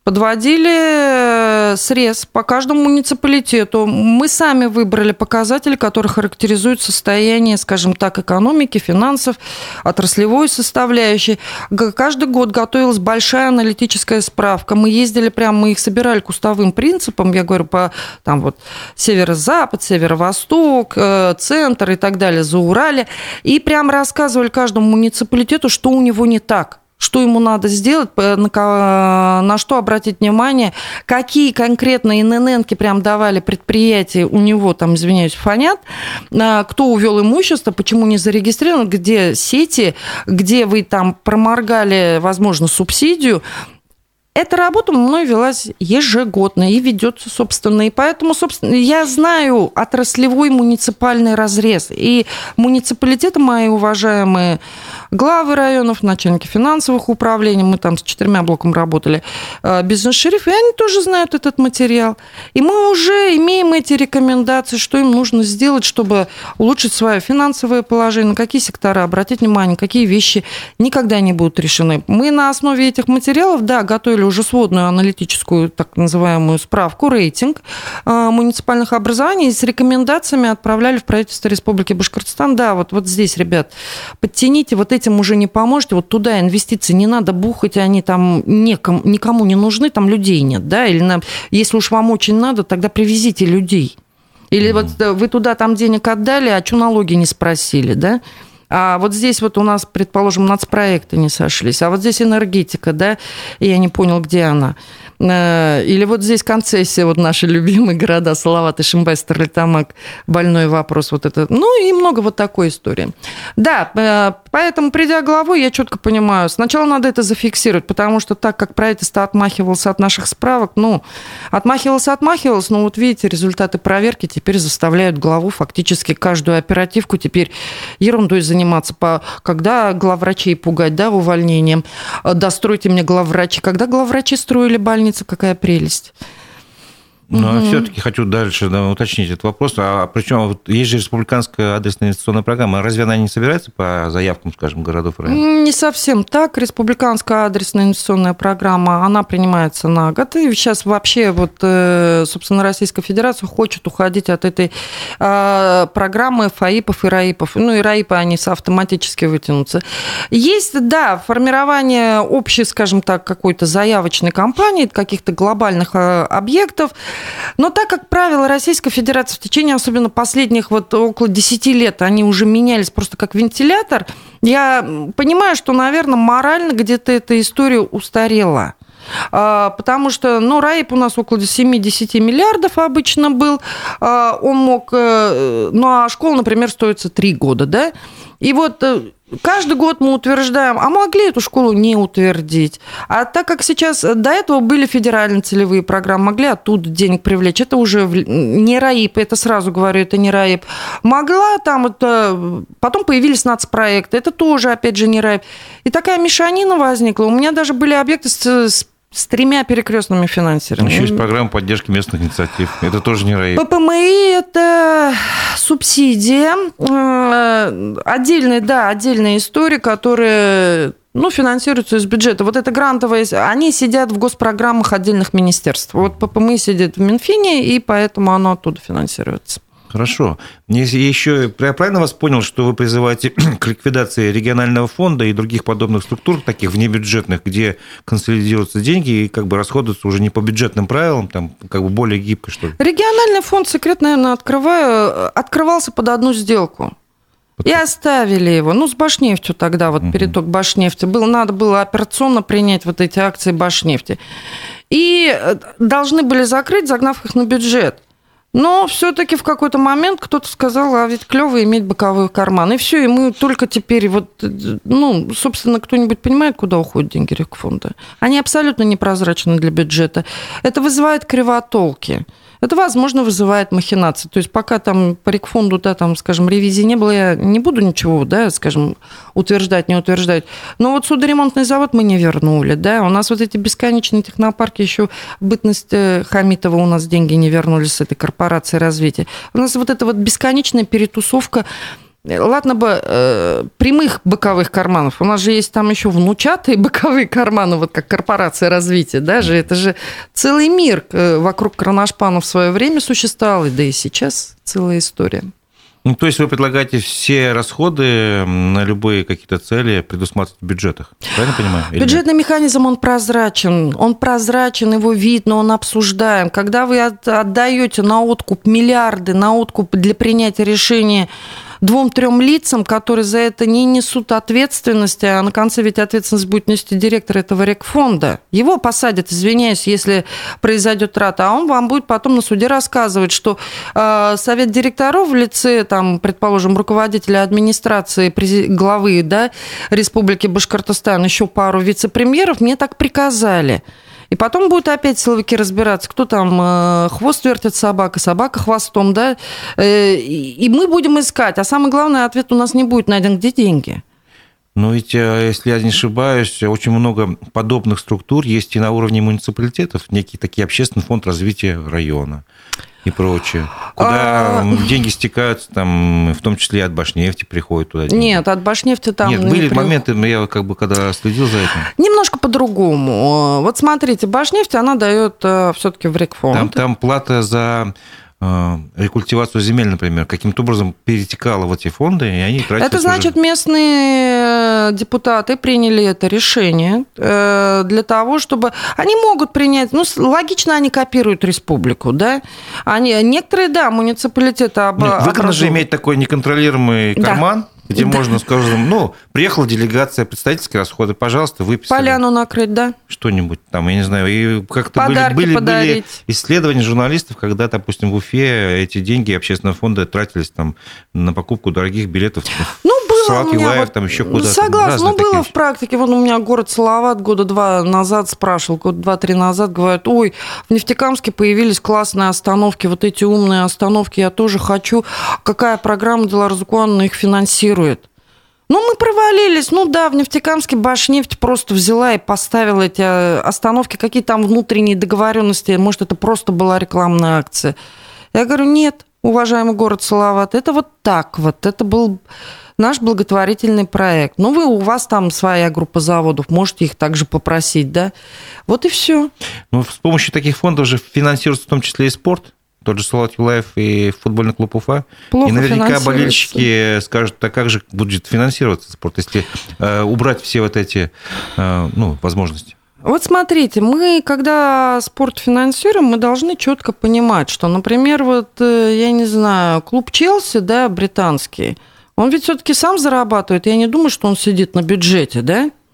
подводили срез по каждому муниципалитету. Мы сами выбрали показатели, которые характеризуют состояние, скажем так, экономики, финансов, отраслевой составляющей. Каждый год готовилась большая аналитическая справка. Мы ездили мы их собирали кустовым принципом, я говорю, по там вот северо-запад, северо-восток, центр и так далее, Зауралье. И прям рассказывали каждому муниципалитету, что у него не так. Что ему надо сделать, на что обратить внимание, какие конкретно ИНН-ки прям давали предприятия, у него там, извиняюсь, фонят, кто увел имущество, почему не зарегистрирован, где сети, где вы там проморгали, возможно, субсидию. Эта работа мной велась ежегодно и ведется, собственно. И поэтому, собственно, я знаю отраслевой муниципальный разрез. И муниципалитеты мои уважаемые, главы районов, начальники финансовых управлений, мы там с 4 блоками работали, бизнес-шерифы, и они тоже знают этот материал. И мы уже имеем эти рекомендации, что им нужно сделать, чтобы улучшить свое финансовое положение, на какие сектора обратить внимание, какие вещи никогда не будут решены. Мы на основе этих материалов, да, готовили уже сводную аналитическую, так называемую справку, рейтинг муниципальных образований, и с рекомендациями отправляли в правительство Республики Башкортостан. Да, вот здесь, ребят, подтяните, вот этим уже не поможете, вот туда инвестиции не надо бухать, они там никому не нужны, там людей нет, да, или если уж вам очень надо, тогда привезите людей. Или вот вы туда там денег отдали, а что налоги не спросили, да? А вот здесь вот у нас, предположим, нацпроекты не сошлись, а вот здесь энергетика, да, и я не понял, где она. Или вот здесь концессия, вот наши любимые города, Салават, Ишимбай, Стерлитамак, больной вопрос вот это. Ну и много вот такой истории. Да, поэтому, придя главой, я четко понимаю, сначала надо это зафиксировать, потому что так как правительство отмахивалось от наших справок, отмахивалось, но вот видите, результаты проверки теперь заставляют главу фактически каждую оперативку теперь ерундой заниматься, когда главврачей пугать, да, увольнением, достройте мне главврачи, когда главврачи строили больницы, какая прелесть. Но все-таки хочу дальше уточнить этот вопрос. А причем вот есть же республиканская адресная инвестиционная программа. Разве она не собирается по заявкам, скажем, городов и районов? Не совсем так. Республиканская адресная инвестиционная программа, она принимается на год. И сейчас вообще вот, собственно, Российская Федерация хочет уходить от этой программы ФАИПов и РАИПов. Ну и РАИПы, они автоматически вытянутся. Есть, да, формирование общей, скажем так, какой-то заявочной кампании, каких-то глобальных объектов. Но так как правила Российской Федерации в течение, особенно последних вот около 10 лет, они уже менялись просто как вентилятор, я понимаю, что, наверное, морально где-то эта история устарела. Потому что, РАИП у нас около 7-10 миллиардов обычно был, он мог, а школа, например, стоит 3 года, да, и вот каждый год мы утверждаем, а могли эту школу не утвердить. А так как сейчас до этого были федеральные целевые программы, могли оттуда денег привлечь, это уже не РАИП, это сразу говорю, это не РАИП. Могла там, потом появились нацпроекты, это тоже, опять же, не РАИП. И такая мешанина возникла. У меня даже были объекты с 3 перекрестными финансированиями. Еще есть программа поддержки местных инициатив. Это тоже не РАИП. ППМИ – это субсидия отдельная история, которая... финансируются из бюджета. Вот это грантовые, они сидят в госпрограммах отдельных министерств. Вот ППМ сидит в Минфине, и поэтому оно оттуда финансируется. Хорошо. Еще я правильно вас понял, что вы призываете к ликвидации регионального фонда и других подобных структур, таких внебюджетных, где консолидируются деньги и как бы расходуются уже не по бюджетным правилам, там как бы более гибко, что ли? Региональный фонд, секрет, наверное, открывался под одну сделку. И оставили его. С Башнефтью тогда, переток Башнефти был. Надо было операционно принять вот эти акции Башнефти. И должны были закрыть, загнав их на бюджет. Но все-таки в какой-то момент кто-то сказал, а ведь клево иметь боковой карман. И все, и мы только теперь, собственно, кто-нибудь понимает, куда уходят деньги регфонда? Они абсолютно непрозрачны для бюджета. Это вызывает кривотолки. Это, возможно, вызывает махинации. То есть пока там по регфонду, ревизии не было, я не буду ничего, утверждать, не утверждать. Но вот судоремонтный завод мы не вернули, У нас вот эти бесконечные технопарки, еще в бытность Хамитова у нас деньги не вернулись с этой корпорации развития. У нас вот эта вот бесконечная перетусовка. Ладно бы прямых боковых карманов. У нас же есть там еще внучатые боковые карманы, вот как корпорация развития. Даже это же целый мир вокруг Кроношпана в свое время существовал, да и сейчас целая история. То есть вы предлагаете все расходы на любые какие-то цели предусматривать в бюджетах, правильно понимаю? Бюджетный механизм, он прозрачен, его видно, он обсуждаем. Когда вы отдаете на откуп миллиарды, на откуп для принятия решения 2-3 лицам, которые за это не несут ответственности, а на конце ведь ответственность будет нести директор этого регфонда. Его посадят, извиняюсь, если произойдет трата, а он вам будет потом на суде рассказывать, что совет директоров в лице, предположим, руководителя администрации, главы Республики Башкортостан, еще пару вице-премьеров мне так приказали. И потом будут опять силовики разбираться, кто там хвост вертит собака хвостом, и мы будем искать. А самое главное, ответ у нас не будет найден, где деньги. Но ведь, если я не ошибаюсь, очень много подобных структур есть и на уровне муниципалитетов, некий такой общественный фонд развития района и прочее, куда деньги стекаются, в том числе и от Башнефти приходят туда деньги. Нет, от Башнефти там... Нет, были моменты, я когда следил за этим. Немножко по-другому. Вот смотрите, Башнефть, она дает все-таки в регфонд. Там плата за рекультивацию земель, например, каким-то образом перетекала в эти фонды, и они тратились. Это значит, местные депутаты приняли это решение для того, чтобы... Они могут принять... логично, они копируют республику, некоторые, муниципалитеты выгодно же иметь такой неконтролируемый карман, где можно, скажем, приехала делегация, представительские расходы, пожалуйста, выписали. Поляну накрыть, Что-нибудь я не знаю, и как-то были исследования журналистов, когда, допустим, в Уфе эти деньги общественного фонда тратились на покупку дорогих билетов. Салават Юлаев, еще куда-то. Согласна, было в практике. Вот у меня город Салават года 2 назад спрашивал, года 2-3 назад, говорят, ой, в Нефтекамске появились классные остановки, вот эти умные остановки, я тоже хочу. Какая программа Дилар-Зукуановна их финансирует? Мы провалились. В Нефтекамске Башнефть просто взяла и поставила эти остановки. Какие там внутренние договоренности? Может, это просто была рекламная акция? Я говорю, нет, уважаемый город Салават, это вот так вот. Это был наш благотворительный проект. У вас там своя группа заводов, можете их также попросить, Вот и все. С помощью таких фондов же финансируется в том числе и спорт. Тот же Салават Юлаев и футбольный клуб Уфа. Плохо и наверняка болельщики скажут, а как же будет финансироваться спорт, если убрать все вот эти возможности? Вот смотрите, мы, когда спорт финансируем, мы должны четко понимать, что, например, клуб Челси, британский, он ведь все-таки сам зарабатывает. Я не думаю, что он сидит на бюджете,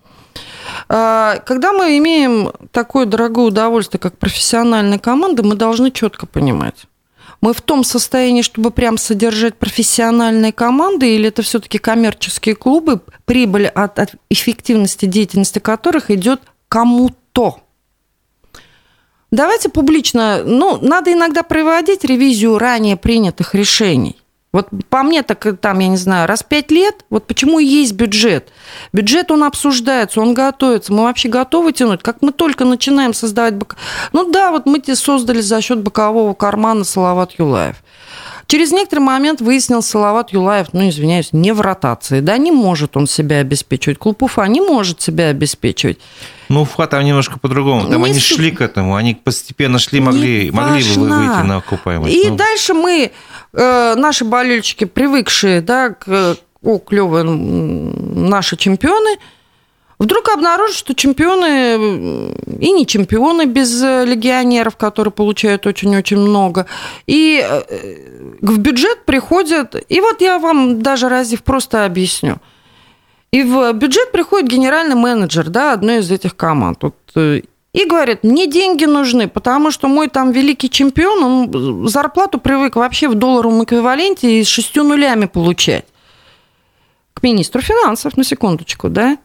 Когда мы имеем такое дорогое удовольствие, как профессиональная команда, мы должны четко понимать, мы в том состоянии, чтобы прям содержать профессиональные команды, или это все-таки коммерческие клубы, прибыль от эффективности деятельности которых идет кому-то. Давайте публично, надо иногда проводить ревизию ранее принятых решений. Вот по мне, так раз в 5 лет, вот почему и есть бюджет. Бюджет, он обсуждается, он готовится. Мы вообще готовы тянуть? Как мы только начинаем создавать... мы создали за счет бокового кармана Салават Юлаев. Через некоторый момент выяснился Салават Юлаев, извиняюсь, не в ротации, да, не может он себя обеспечивать. Клуб Уфа не может себя обеспечивать. Уфа там немножко по-другому. Там они шли к этому, они постепенно шли, могли бы выйти на окупаемость. И дальше мы, наши болельщики, привыкшие, да, клёвые наши чемпионы, вдруг обнаружат, что чемпионы и не чемпионы без легионеров, которые получают очень-очень много. И в бюджет приходят... И вот я вам даже, Разив, просто объясню. И в бюджет приходит генеральный менеджер, да, одной из этих команд. И говорит, мне деньги нужны, потому что мой там великий чемпион, он зарплату привык вообще в долларовом эквиваленте и с 6 нулями получать. К министру финансов, на секундочку, да.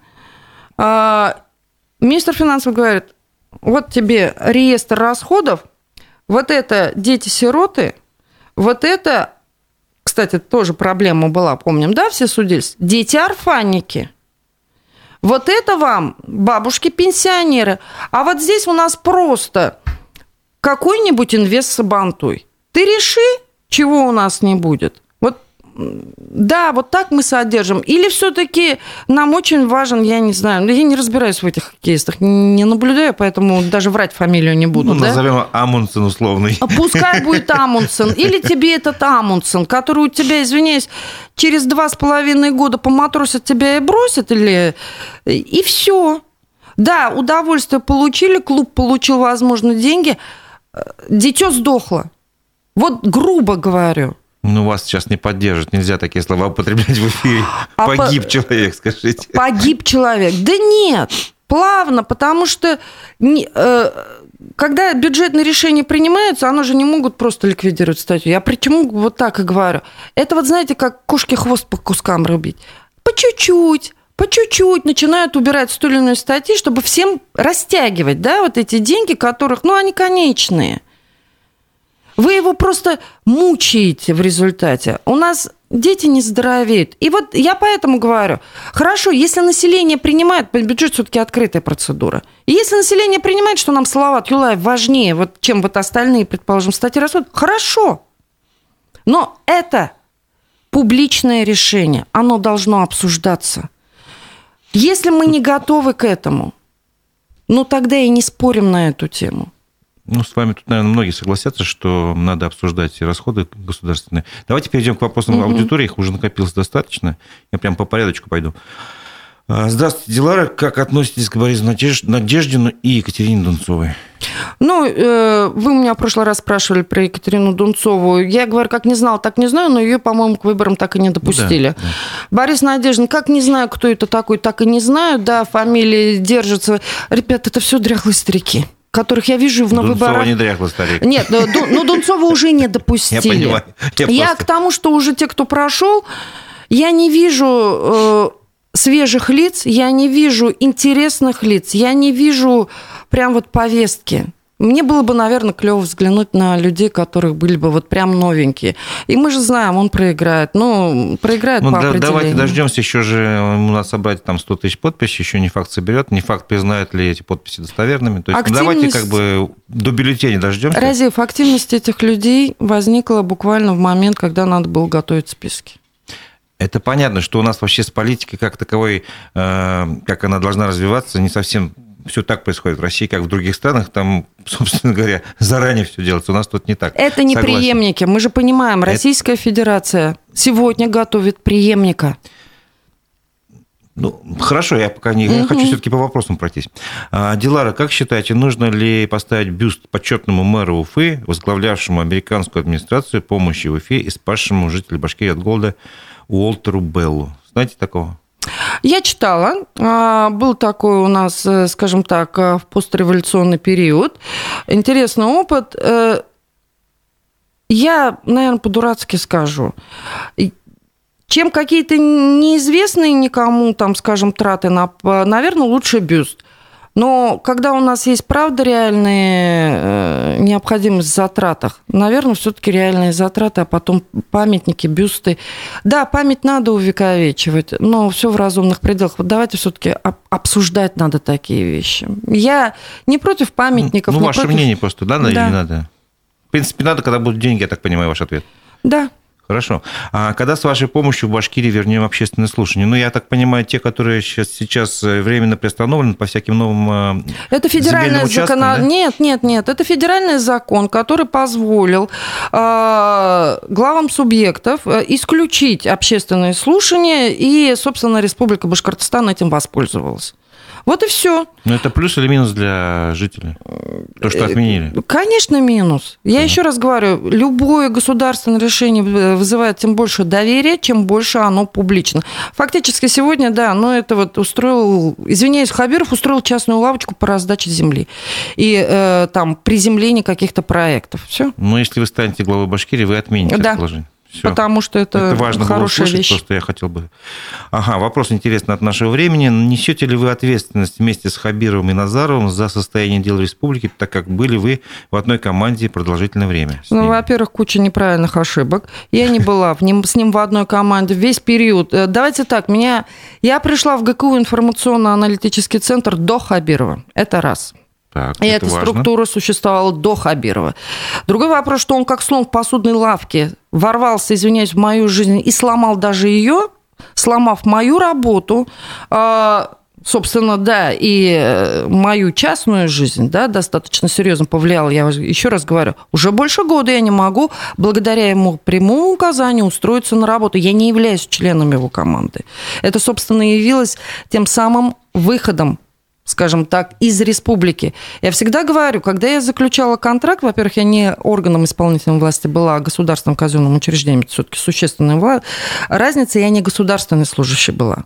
Министр финансов говорит, вот тебе реестр расходов, вот это дети-сироты, вот это, кстати, тоже проблема была, помним, да, все судились, дети-орфанники, вот это вам бабушки-пенсионеры, а вот здесь у нас просто какой-нибудь инвест-сабантуй. Ты реши, чего у нас не будет. Да, вот так мы содержим. Или все-таки нам очень важен, я не знаю, я не разбираюсь в этих хоккеистах, не наблюдаю, поэтому даже врать фамилию не буду. Назовем Амундсен условный. Пускай будет Амундсен. Или тебе этот Амундсен, который у тебя, извиняюсь, через 2,5 года поматросят тебя и бросят, и все. Да, удовольствие получили, клуб получил, возможно, деньги, дитё сдохло. Вот грубо говорю. Вас сейчас не поддержат, нельзя такие слова употреблять в эфире. Погиб человек, скажите. Погиб человек. Да нет, плавно, потому что когда бюджетные решения принимаются, оно же не могут просто ликвидировать статью. Я почему вот так и говорю? Это вот, знаете, как кошке хвост по кускам рубить. По чуть-чуть начинают убирать с той или иной статьи, чтобы всем растягивать, да, вот эти деньги, которых, они конечные. Вы его просто мучаете в результате. У нас дети не здоровеют. И вот я поэтому говорю, хорошо, если население принимает, бюджет все-таки открытая процедура. И если население принимает, что нам Салават Юлаев важнее, чем остальные, предположим, статьи расходов, хорошо. Но это публичное решение, оно должно обсуждаться. Если мы не готовы к этому, тогда и не спорим на эту тему. С вами тут, наверное, многие согласятся, что надо обсуждать все расходы государственные. Давайте перейдем к вопросам аудитории, их уже накопилось достаточно. Я прям по порядочку пойду. Здравствуйте, Дилара. Как относитесь к Борису Надеждину и Екатерине Дунцовой? Вы у меня в прошлый раз спрашивали про Екатерину Дунцову. Я говорю, как не знала, так не знаю, но ее, по-моему, к выборам так и не допустили. Да. Борис Надеждин, как не знаю, кто это такой, так и не знаю. Да, фамилии держатся. Ребята, это все дряхлые старики, которых я вижу на выборах. Дунцова не дряхлый старик. Нет, Дунцова уже не допустили. Я понимаю. Я к тому, что уже те, кто прошел, я не вижу свежих лиц, я не вижу интересных лиц, я не вижу прям повестки. Мне было бы, наверное, клево взглянуть на людей, которых были бы прям новенькие. И мы же знаем, он проиграет. Проиграет по определению. Давайте дождемся, еще же у нас собрать 100 тысяч подписей, еще не факт соберет, не факт, признают ли эти подписи достоверными. То есть давайте до бюллетеней дождемся. Разив, активность этих людей возникла буквально в момент, когда надо было готовить списки. Это понятно, что у нас вообще с политикой как таковой, как она должна развиваться, не совсем все так происходит в России, как в других странах. Там, собственно говоря, заранее все делается. У нас тут не так. Это не преемники. Мы же понимаем, Российская Федерация сегодня готовит преемника. Хорошо, я пока не хочу все-таки по вопросам пройтись. Дилара, как считаете, нужно ли поставить бюст почетному мэру Уфы, возглавлявшему американскую администрацию помощи в Уфе и спасшему жителей Башкирии от голода Уолтеру Беллу? Знаете такого? Я читала. Был такой у нас, скажем так, в постреволюционный период. Интересный опыт. Я, наверное, по-дурацки скажу. Чем какие-то неизвестные никому, скажем, траты, наверное, лучше бюст. Но когда у нас есть, правда, реальная необходимость в затратах, наверное, все-таки реальные затраты, а потом памятники, бюсты. Да, память надо увековечивать, но все в разумных пределах. Давайте все-таки обсуждать надо такие вещи. Я не против памятников. Ваше мнение просто, да, или не надо? В принципе, надо, когда будут деньги, я так понимаю, ваш ответ. Да. Хорошо. А когда с вашей помощью в Башкирии вернем общественное слушание? Ну, я так понимаю, те, которые сейчас временно приостановлены по всяким новым это федеральный закон. Да? Нет. Это федеральный закон, который позволил главам субъектов исключить общественные слушания, и, собственно, Республика Башкортостан этим воспользовалась. Вот и все. Но это плюс или минус для жителей? То, что отменили? Конечно, минус. Я еще раз говорю, любое государственное решение вызывает тем больше доверия, чем больше оно публично. Фактически сегодня, да, но это вот Хабиров устроил частную лавочку по раздаче земли и там приземлении каких-то проектов. Все. Но если вы станете главой Башкирии, вы отмените это положение. Все. Потому что это важно хорошая было услышать, вещь. Просто я хотел бы... Вопрос интересный от нашего времени. Несете ли вы ответственность вместе с Хабировым и Назаровым за состояние дел республики, так как были вы в одной команде продолжительное время? Ну, во-первых, куча неправильных ошибок. Я не была с ним в одной команде весь период. Давайте так, я пришла в ГКУ информационно-аналитический центр до Хабирова. Это раз. Так, и эта структура существовала до Хабирова. Другой вопрос, что он как слон в посудной лавке ворвался, извиняюсь, в мою жизнь и сломал даже ее, сломав мою работу, собственно, да, и мою частную жизнь, да, достаточно серьезно повлиял. Я еще раз говорю, уже больше года я не могу, благодаря ему прямому указанию, устроиться на работу. Я не являюсь членом его команды. Это, собственно, явилось тем самым выходом, скажем так, из республики. Я всегда говорю, когда я заключала контракт, во-первых, я не органом исполнительной власти была, а государственным казенным учреждением, это все-таки существенная разница, я не государственной служащей была.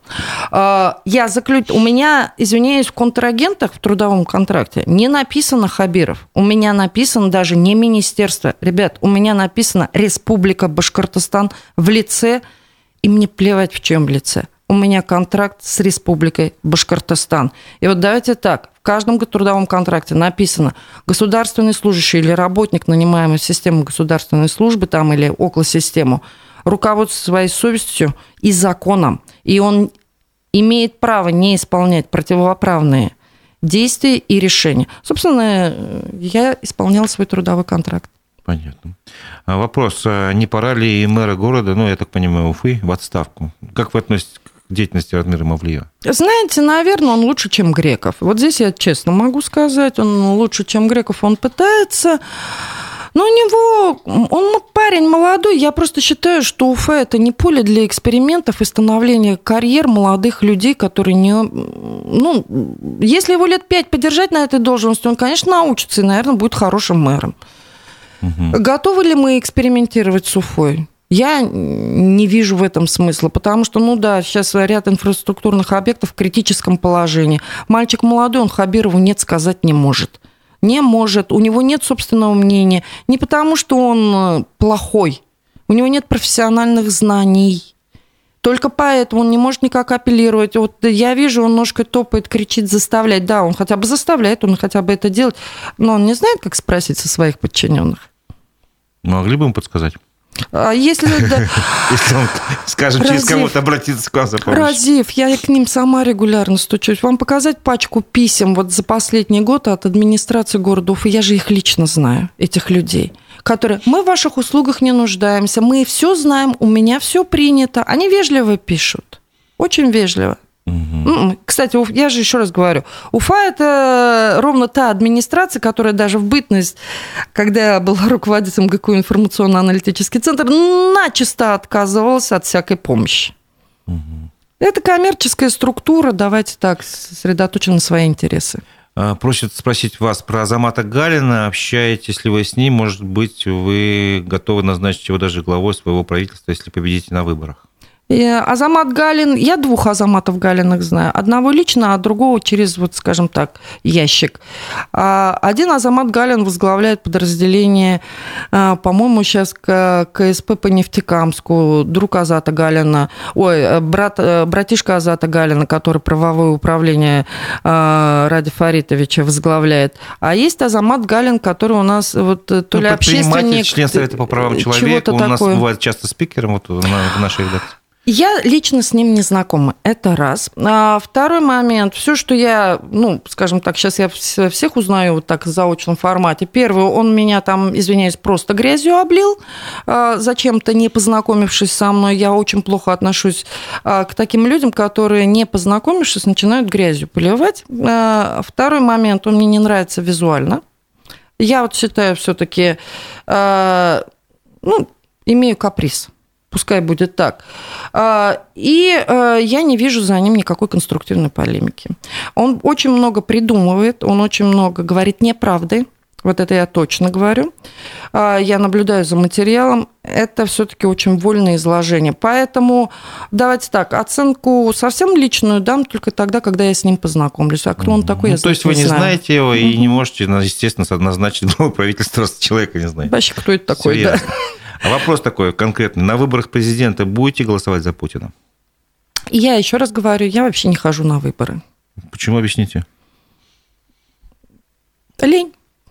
У меня, извиняюсь, в контрагентах в трудовом контракте не написано Хабиров, у меня написано даже не министерство. Ребят, у меня написано Республика Башкортостан в лице, и мне плевать в чем лице. У меня контракт с Республикой Башкортостан. И вот давайте так, в каждом трудовом контракте написано государственный служащий или работник, нанимаемый в систему государственной службы там, или около системы, руководствуется своей совестью и законом. И он имеет право не исполнять противоправные действия и решения. Собственно, я исполняла свой трудовой контракт. Понятно. Вопрос, не пора ли и мэра города, я так понимаю, Уфы, в отставку? Как вы относитесь к деятельности Радмира Мавлиева? Знаете, наверное, он лучше, чем Греков. Вот здесь я честно могу сказать, он лучше, чем Греков, он пытается. Но он парень молодой, я просто считаю, что Уфа – это не поле для экспериментов и становления карьер молодых людей, которые если его лет 5 подержать на этой должности, он, конечно, научится и, наверное, будет хорошим мэром. Угу. Готовы ли мы экспериментировать с Уфой? Я не вижу в этом смысла, потому что, сейчас ряд инфраструктурных объектов в критическом положении. Мальчик молодой, он Хабирову нет сказать не может. Не может, у него нет собственного мнения. Не потому, что он плохой, у него нет профессиональных знаний. Только поэтому он не может никак апеллировать. Вот я вижу, он ножкой топает, кричит, заставляет. Да, он хотя бы заставляет, он хотя бы это делает, но он не знает, как спросить со своих подчиненных. Могли бы ему подсказать? Если он, скажем, через кого-то обратиться к вам за помощью. Разив, я к ним сама регулярно стучусь. Вам показать пачку писем вот за последний год от администрации города Уфы? Я же их лично знаю, этих людей, которые: мы в ваших услугах не нуждаемся, мы все знаем, у меня все принято. Они вежливо пишут, очень вежливо. Угу. Кстати, я же еще раз говорю, Уфа – это ровно та администрация, которая даже в бытность, когда я была руководителем ГКУ информационно-аналитический центр, начисто отказывалась от всякой помощи. Угу. Это коммерческая структура, давайте так, сосредоточим на свои интересы. Просят спросить вас про Азамата Галина. Общаетесь ли вы с ним? Может быть, вы готовы назначить его даже главой своего правительства, если победите на выборах? Азамат Галин, я 2 Азаматов Галиных знаю. Одного лично, а другого через, скажем так, ящик. Один Азамат Галин возглавляет подразделение, по-моему, сейчас КСП по Нефтекамску, друг Азата Галина, братишка Азата Галина, который правовое управление Ради Фаритовича возглавляет. А есть Азамат Галин, который у нас то ли общественник, член Совета по правам человека, у нас бывает часто спикером в нашей редакции. Я лично с ним не знакома, это раз. А второй момент, все, что я, скажем так, сейчас я всех узнаю вот так в заочном формате. Первый, он меня там, извиняюсь, просто грязью облил, зачем-то не познакомившись со мной. Я очень плохо отношусь к таким людям, которые, не познакомившись, начинают грязью поливать. Второй момент, он мне не нравится визуально. Я вот считаю, все-таки, имею каприз. Пускай будет так. И я не вижу за ним никакой конструктивной полемики. Он очень много придумывает, он очень много говорит неправды. Вот это я точно говорю. Я наблюдаю за материалом. Это все-таки очень вольное изложение. Поэтому давайте так, оценку совсем личную дам только тогда, когда я с ним познакомлюсь. А кто он такой, я знаю. То есть вы не знаете его и не можете, естественно, назначить главу правительства, раз человека не знаете. Вообще, кто это такой, да. А вопрос такой конкретный. На выборах президента будете голосовать за Путина? Я еще раз говорю, я вообще не хожу на выборы. Почему, объясните? Лень.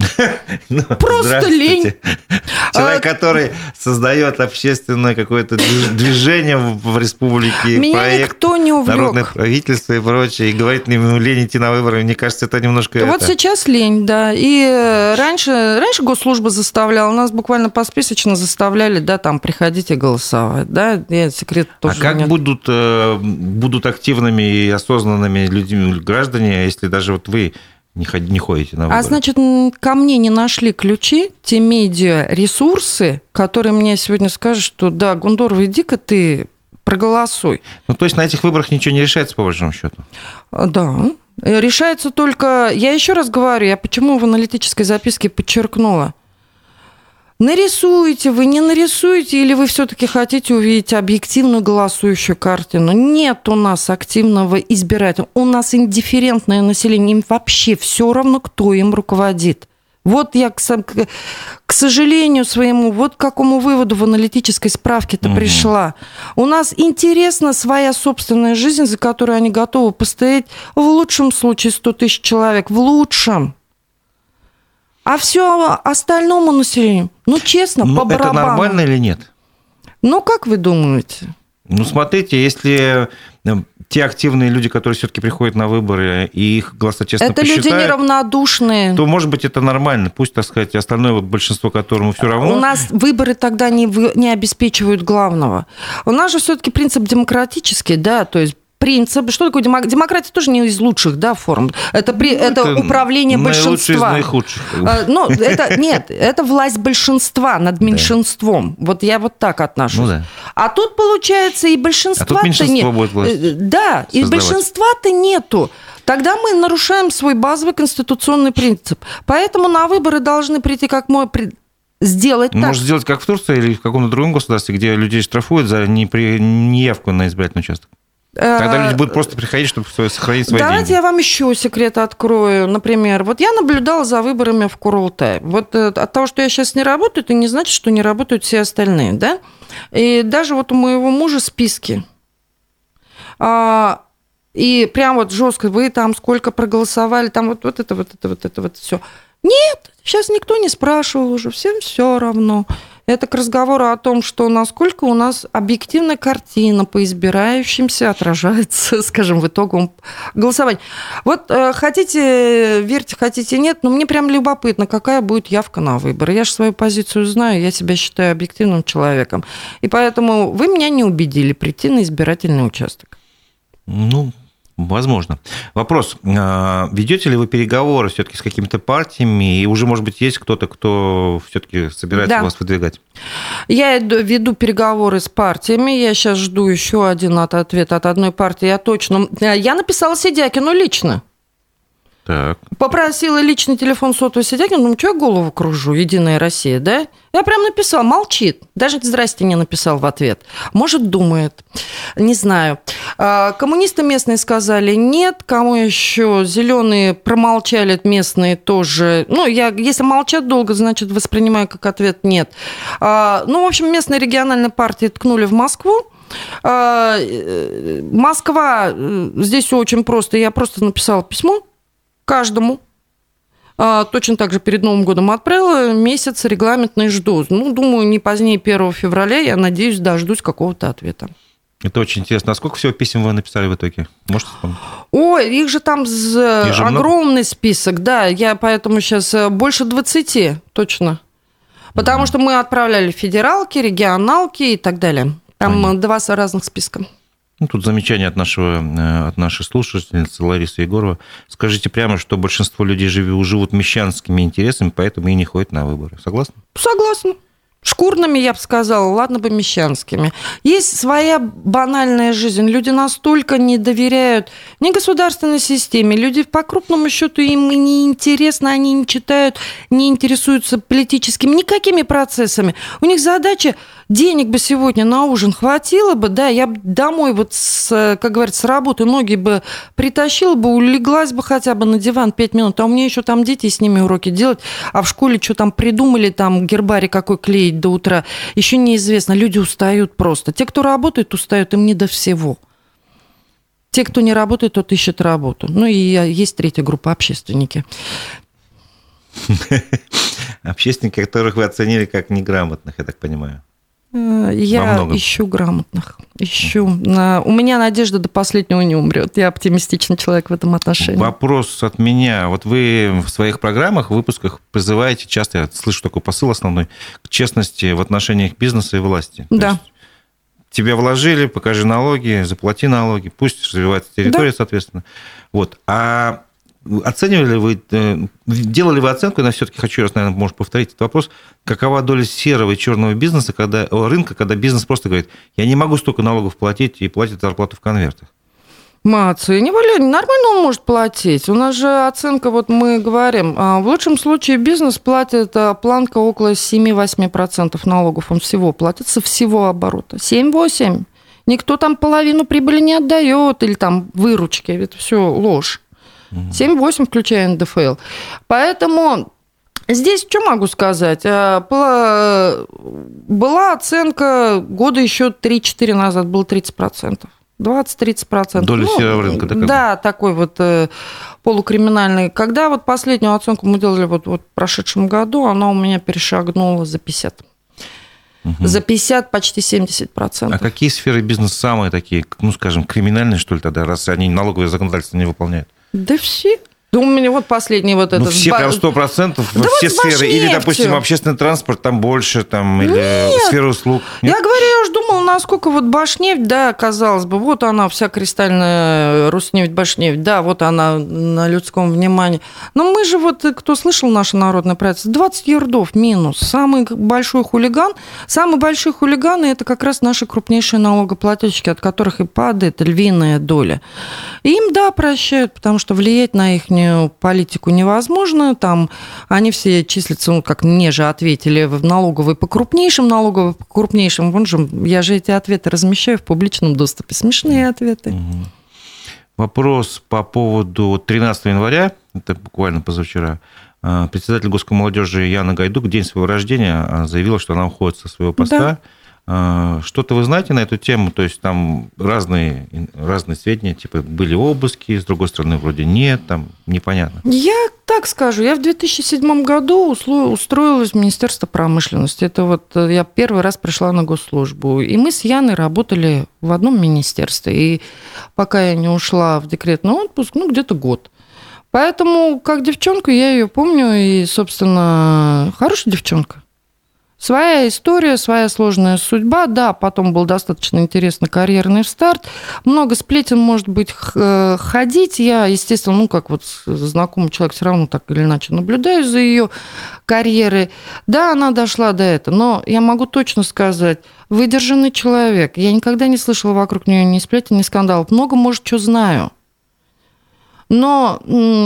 Просто лень. Человек, который создает общественное какое-то движение в республике, меня проект никто не увлек. Народное правительство и прочее, и говорит, лень идти на выборы. Мне кажется, это немножко... Вот сейчас лень, да. И раньше госслужба заставляла, нас буквально посписочно заставляли, да, там, приходите голосовать, да, секрет тоже. А как будут активными и осознанными людьми, граждане, если даже вот вы не ходите на выборы? А значит, ко мне не нашли ключи те медиаресурсы, которые мне сегодня скажут, что да, Гундорова, иди-ка ты проголосуй. То есть на этих выборах ничего не решается, по большому счету? Да. Решается только... Я еще раз говорю, я почему в аналитической записке подчеркнула. Нарисуете вы, не нарисуете, или вы все-таки хотите увидеть объективную голосующую картину? Нет у нас активного избирателя. У нас индифферентное население. Им вообще все равно, кто им руководит. Вот я, к сожалению своему, вот к какому выводу в аналитической справке-то пришла. У нас интересна своя собственная жизнь, за которую они готовы постоять в лучшем случае 100 тысяч человек. В лучшем. А все остальному населению, честно, по барабану. Это нормально или нет? Как вы думаете? Смотрите, если те активные люди, которые все-таки приходят на выборы, и их голоса честно посчитают... Это люди неравнодушные. То, может быть, это нормально. Пусть, так сказать, остальное большинство, которому все равно... У нас выборы тогда не обеспечивают главного. У нас же все-таки принцип демократический, да, то есть принцип. Что такое демократия? Тоже не из лучших, да, форм. Это управление большинства. Наихудших. Это власть большинства над меньшинством. Вот я вот так отношусь. А тут, получается, и большинства-то нет. Будет власть да, и большинства-то нету. Тогда мы нарушаем свой базовый конституционный принцип. Поэтому на выборы должны прийти сделать так. Может, сделать как в Турции или в каком-то другом государстве, где людей штрафуют за неявку на избирательный участок? Тогда люди будут просто приходить, чтобы сохранить свои деньги. Давайте я вам еще секрет открою. Например, вот я наблюдала за выборами в Курултай. Вот от того, что я сейчас не работаю, это не значит, что не работают все остальные, да? И даже вот у моего мужа списки. И прям вот жестко, вы там сколько проголосовали, там вот это все. Нет, сейчас никто не спрашивал уже, всем все равно. Это к разговору о том, что насколько у нас объективная картина по избирающимся отражается, скажем, в итоговом голосовании. Вот хотите верьте, хотите нет, но мне прям любопытно, какая будет явка на выборы. Я же свою позицию знаю, я себя считаю объективным человеком. И поэтому вы меня не убедили прийти на избирательный участок. Возможно. Вопрос. Ведете ли вы переговоры все-таки с какими-то партиями? И уже, может быть, есть кто-то, кто все-таки собирается вас выдвигать? Я веду переговоры с партиями. Я сейчас жду еще один ответ от одной партии. Я написала Сидякину лично. Так. Попросила личный телефон сотового Сидякина. Думаю, что я голову кружу? Единая Россия, да? Я прям написала, молчит. Даже «здрасте» не написал в ответ. Может, думает. Не знаю. Коммунисты местные сказали нет. Кому еще? Зеленые промолчали, местные тоже. Если молчат долго, значит, воспринимаю как ответ нет. В общем, местные региональные партии ткнули в Москву. Москва, здесь все очень просто. Я просто написала письмо каждому. Точно так же перед Новым годом отправила, месяц регламентный жду. Думаю, не позднее 1 февраля, я надеюсь, дождусь какого-то ответа. Это очень интересно. А сколько всего писем вы написали в итоге? Можете вспомнить? Ой, их же там огромный список, да. Я поэтому сейчас больше 20, точно. Потому что мы отправляли федералки, регионалки и так далее. Там 2 разных списка. Ну, тут замечание от нашей слушательницы Ларисы Егоровой. Скажите прямо, что большинство людей живут мещанскими интересами, поэтому и не ходят на выборы. Согласны? Согласна. Шкурными, я бы сказала, ладно бы мещанскими. Есть своя банальная жизнь. Люди настолько не доверяют ни государственной системе, люди по крупному счету им не интересно, они не читают, не интересуются политическими, никакими процессами. У них задача, денег бы сегодня на ужин хватило бы, да, я бы домой вот, как говорится, с работы ноги бы притащила бы, улеглась бы хотя бы на диван 5 минут, а у меня еще там дети, с ними уроки делать, а в школе что там придумали, там гербарий какой клеить до утра, еще неизвестно, люди устают просто. Те, кто работает, устают, им не до всего. Те, кто не работает, тот ищет работу. Ну и есть третья группа, общественники. Общественники, которых вы оценили как неграмотных, я так понимаю. Я ищу грамотных. Ищу. У меня надежда до последнего не умрет. Я оптимистичный человек в этом отношении. Вопрос от меня. Вот вы в своих программах, выпусках призываете, часто я слышу такой посыл основной, к честности в отношениях бизнеса и власти. Да. Тебя вложили, покажи налоги, заплати налоги, пусть развивается территория, да, соответственно. Вот. А оценивали вы, делали вы оценку, я все-таки хочу раз, наверное, может повторить этот вопрос, какова доля серого и черного бизнеса, рынка, когда бизнес просто говорит, я не могу столько налогов платить и платит зарплату в конвертах? Оценивали, нормально он может платить. У нас же оценка, вот мы говорим, в лучшем случае бизнес платит планка около 7-8% налогов, он всего платит со всего оборота. 7-8%. Никто там половину прибыли не отдает или там выручки, это все ложь. 7-8, включая НДФЛ. Поэтому здесь что могу сказать? Была оценка года еще 3-4 назад, было 30%. 20-30%. Доля серого рынка. Да, такой вот полукриминальный. Когда вот последнюю оценку мы делали вот в прошедшем году, она у меня перешагнула за 50%. За 50, почти 70%. А какие сферы бизнеса самые такие, ну, скажем, криминальные, что ли, тогда, раз они налоговое законодательство не выполняют? Да все. Да у меня вот последний вот этот... все прям 100%, да все вот сферы. Или, допустим, общественный транспорт, там больше, там, или сфера услуг. Нет? Я говорю, я уже думала, насколько вот Башнефть, да, казалось бы, вот она вся кристальная Роснефть, Башнефть, да, вот она на людском внимании. Но мы же вот, кто слышал наше народное правительство, 20 ярдов минус. Самый большой хулиган, самые большие хулиганы, это как раз наши крупнейшие налогоплательщики, от которых и падает львиная доля. И им, да, прощают, потому что влиять на их политику невозможно, там они все числятся, ну, как мне же ответили, в налоговой по крупнейшим, вон же, я же эти ответы размещаю в публичном доступе, смешные ответы. Вопрос по поводу 13 января, это буквально позавчера, председатель Госкоммолодежи Яна Гайдук в день своего рождения заявила, что она уходит со своего поста. Да. Что-то вы знаете на эту тему? То есть там разные сведения, типа были обыски, с другой стороны вроде нет, там непонятно. Я так скажу, я в 2007 году устроилась в Министерство промышленности. Это вот я первый раз пришла на госслужбу. И мы с Яной работали в одном министерстве. И пока я не ушла в декретный отпуск, где-то год. Поэтому как девчонку я ее помню. И, собственно, хорошая девчонка. Своя история, своя сложная судьба. Да, потом был достаточно интересный карьерный старт. Много сплетен, может быть, ходить. Я, естественно, как вот знакомый человек, все равно так или иначе наблюдаю за ее карьерой. Да, она дошла до этого. Но я могу точно сказать, выдержанный человек. Я никогда не слышала вокруг нее ни сплетен, ни скандалов. Много, может, что знаю. Но...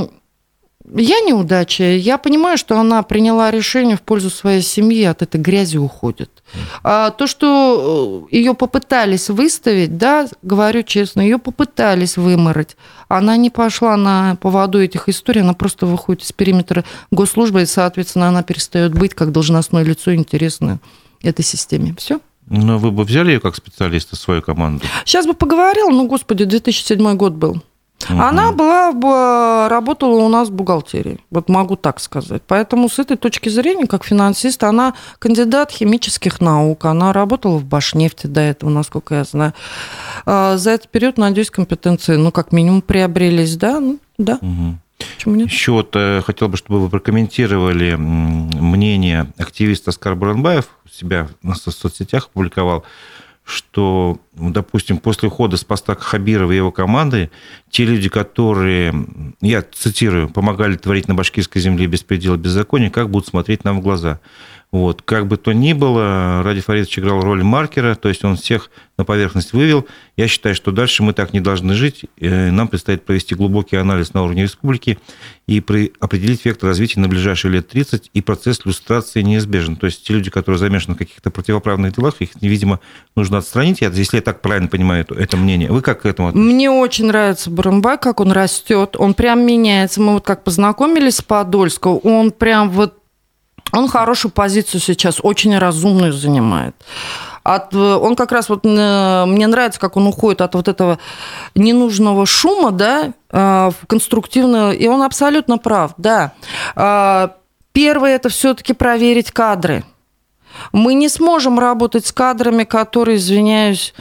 Я неудача. Я понимаю, что она приняла решение в пользу своей семьи, от этой грязи уходит. А то, что ее попытались выставить, да, говорю честно, ее попытались вымороть. Она не пошла на поводу этих историй, она просто выходит из периметра госслужбы, и, соответственно, она перестает быть как должностное лицо интересное этой системе. Все. Но вы бы взяли ее как специалиста в свою команду? Сейчас бы поговорила, господи, 2007 год был. Она работала у нас в бухгалтерии, вот могу так сказать. Поэтому с этой точки зрения, как финансист, она кандидат химических наук, она работала в Башнефти до этого, насколько я знаю. За этот период, надеюсь, компетенции, как минимум, приобрелись, да? Да. Угу. Почему нет? Еще вот хотел бы, чтобы вы прокомментировали мнение активиста Оскар Буранбаев, у себя в соцсетях опубликовал, что, допустим, после ухода с поста Хабирова и его команды, те люди, которые, я цитирую, помогали творить на башкирской земле беспредел и беззаконие, как будут смотреть нам в глаза. Вот. Как бы то ни было, Ради Фаридович играл роль маркера, то есть он всех на поверхность вывел. Я считаю, что дальше мы так не должны жить. Нам предстоит провести глубокий анализ на уровне республики и определить вектор развития на ближайшие лет 30, и процесс люстрации неизбежен. То есть те люди, которые замешаны в каких-то противоправных делах, их, видимо, нужно отстранить. Если я так правильно понимаю это мнение. Вы как к этому относитесь? Мне очень нравится Буранбай, как он растет. Он прям меняется. Мы вот как познакомились с Подольска, он прям он хорошую позицию сейчас, очень разумную занимает. Он как раз мне нравится, как он уходит от вот этого ненужного шума, да, в конструктивную, и он абсолютно прав, да. Первое – это все-таки проверить кадры. Мы не сможем работать с кадрами, которые, извиняюсь,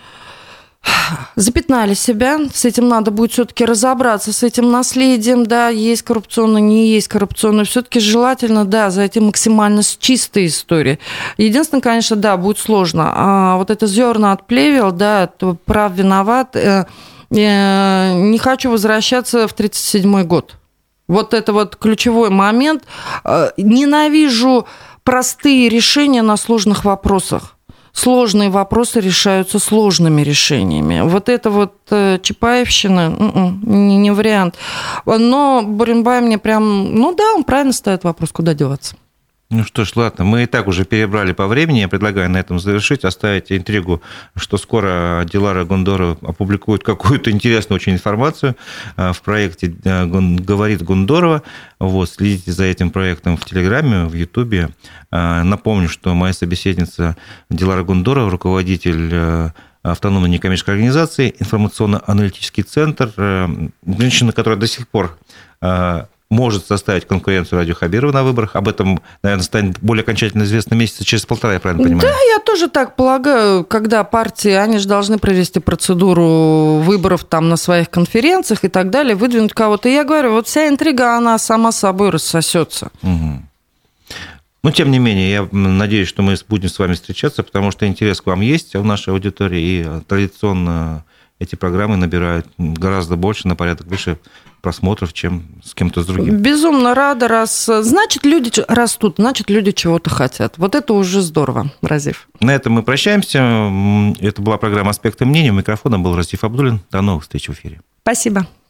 запятнали себя, с этим надо будет все-таки разобраться, с этим наследием, да, есть коррупционно, не есть коррупционно, все-таки желательно, да, зайти максимально с чистой историей. Единственное, конечно, да, будет сложно, а вот это зерна от плевел, да, прав виноват, не хочу возвращаться в 1937 год. Вот это вот ключевой момент. Ненавижу простые решения на сложных вопросах. Сложные вопросы решаются сложными решениями. Вот это вот Чапаевщина не вариант. Но Буранбай мне прям... он правильно ставит вопрос, куда деваться. Ну что ж, ладно, мы и так уже перебрали по времени. Я предлагаю на этом завершить, оставить интригу, что скоро Дилара Гундорова опубликует какую-то интересную очень информацию в проекте «Говорит Гундорова». Вот, следите за этим проектом в Телеграме, в Ютубе. Напомню, что моя собеседница Дилара Гундорова, руководитель автономной некоммерческой организации, информационно-аналитический центр, женщина, которая до сих пор может составить конкуренцию Радио Хабирова на выборах. Об этом, наверное, станет более окончательно известно месяца через полтора, я правильно понимаю? Да, я тоже так полагаю, когда партии, они же должны провести процедуру выборов там на своих конференциях и так далее, выдвинуть кого-то. И я говорю, вот вся интрига, она сама собой рассосется. Угу. Но, тем не менее, я надеюсь, что мы будем с вами встречаться, потому что интерес к вам есть в нашей аудитории, и традиционно эти программы набирают гораздо больше, на порядок выше просмотров, чем с кем-то с другим. Безумно рада, значит, люди растут, значит, люди чего-то хотят. Вот это уже здорово, Разиф. На этом мы прощаемся. Это была программа «Аспекты мнений». У микрофона был Разиф Абдуллин. До новых встреч в эфире. Спасибо.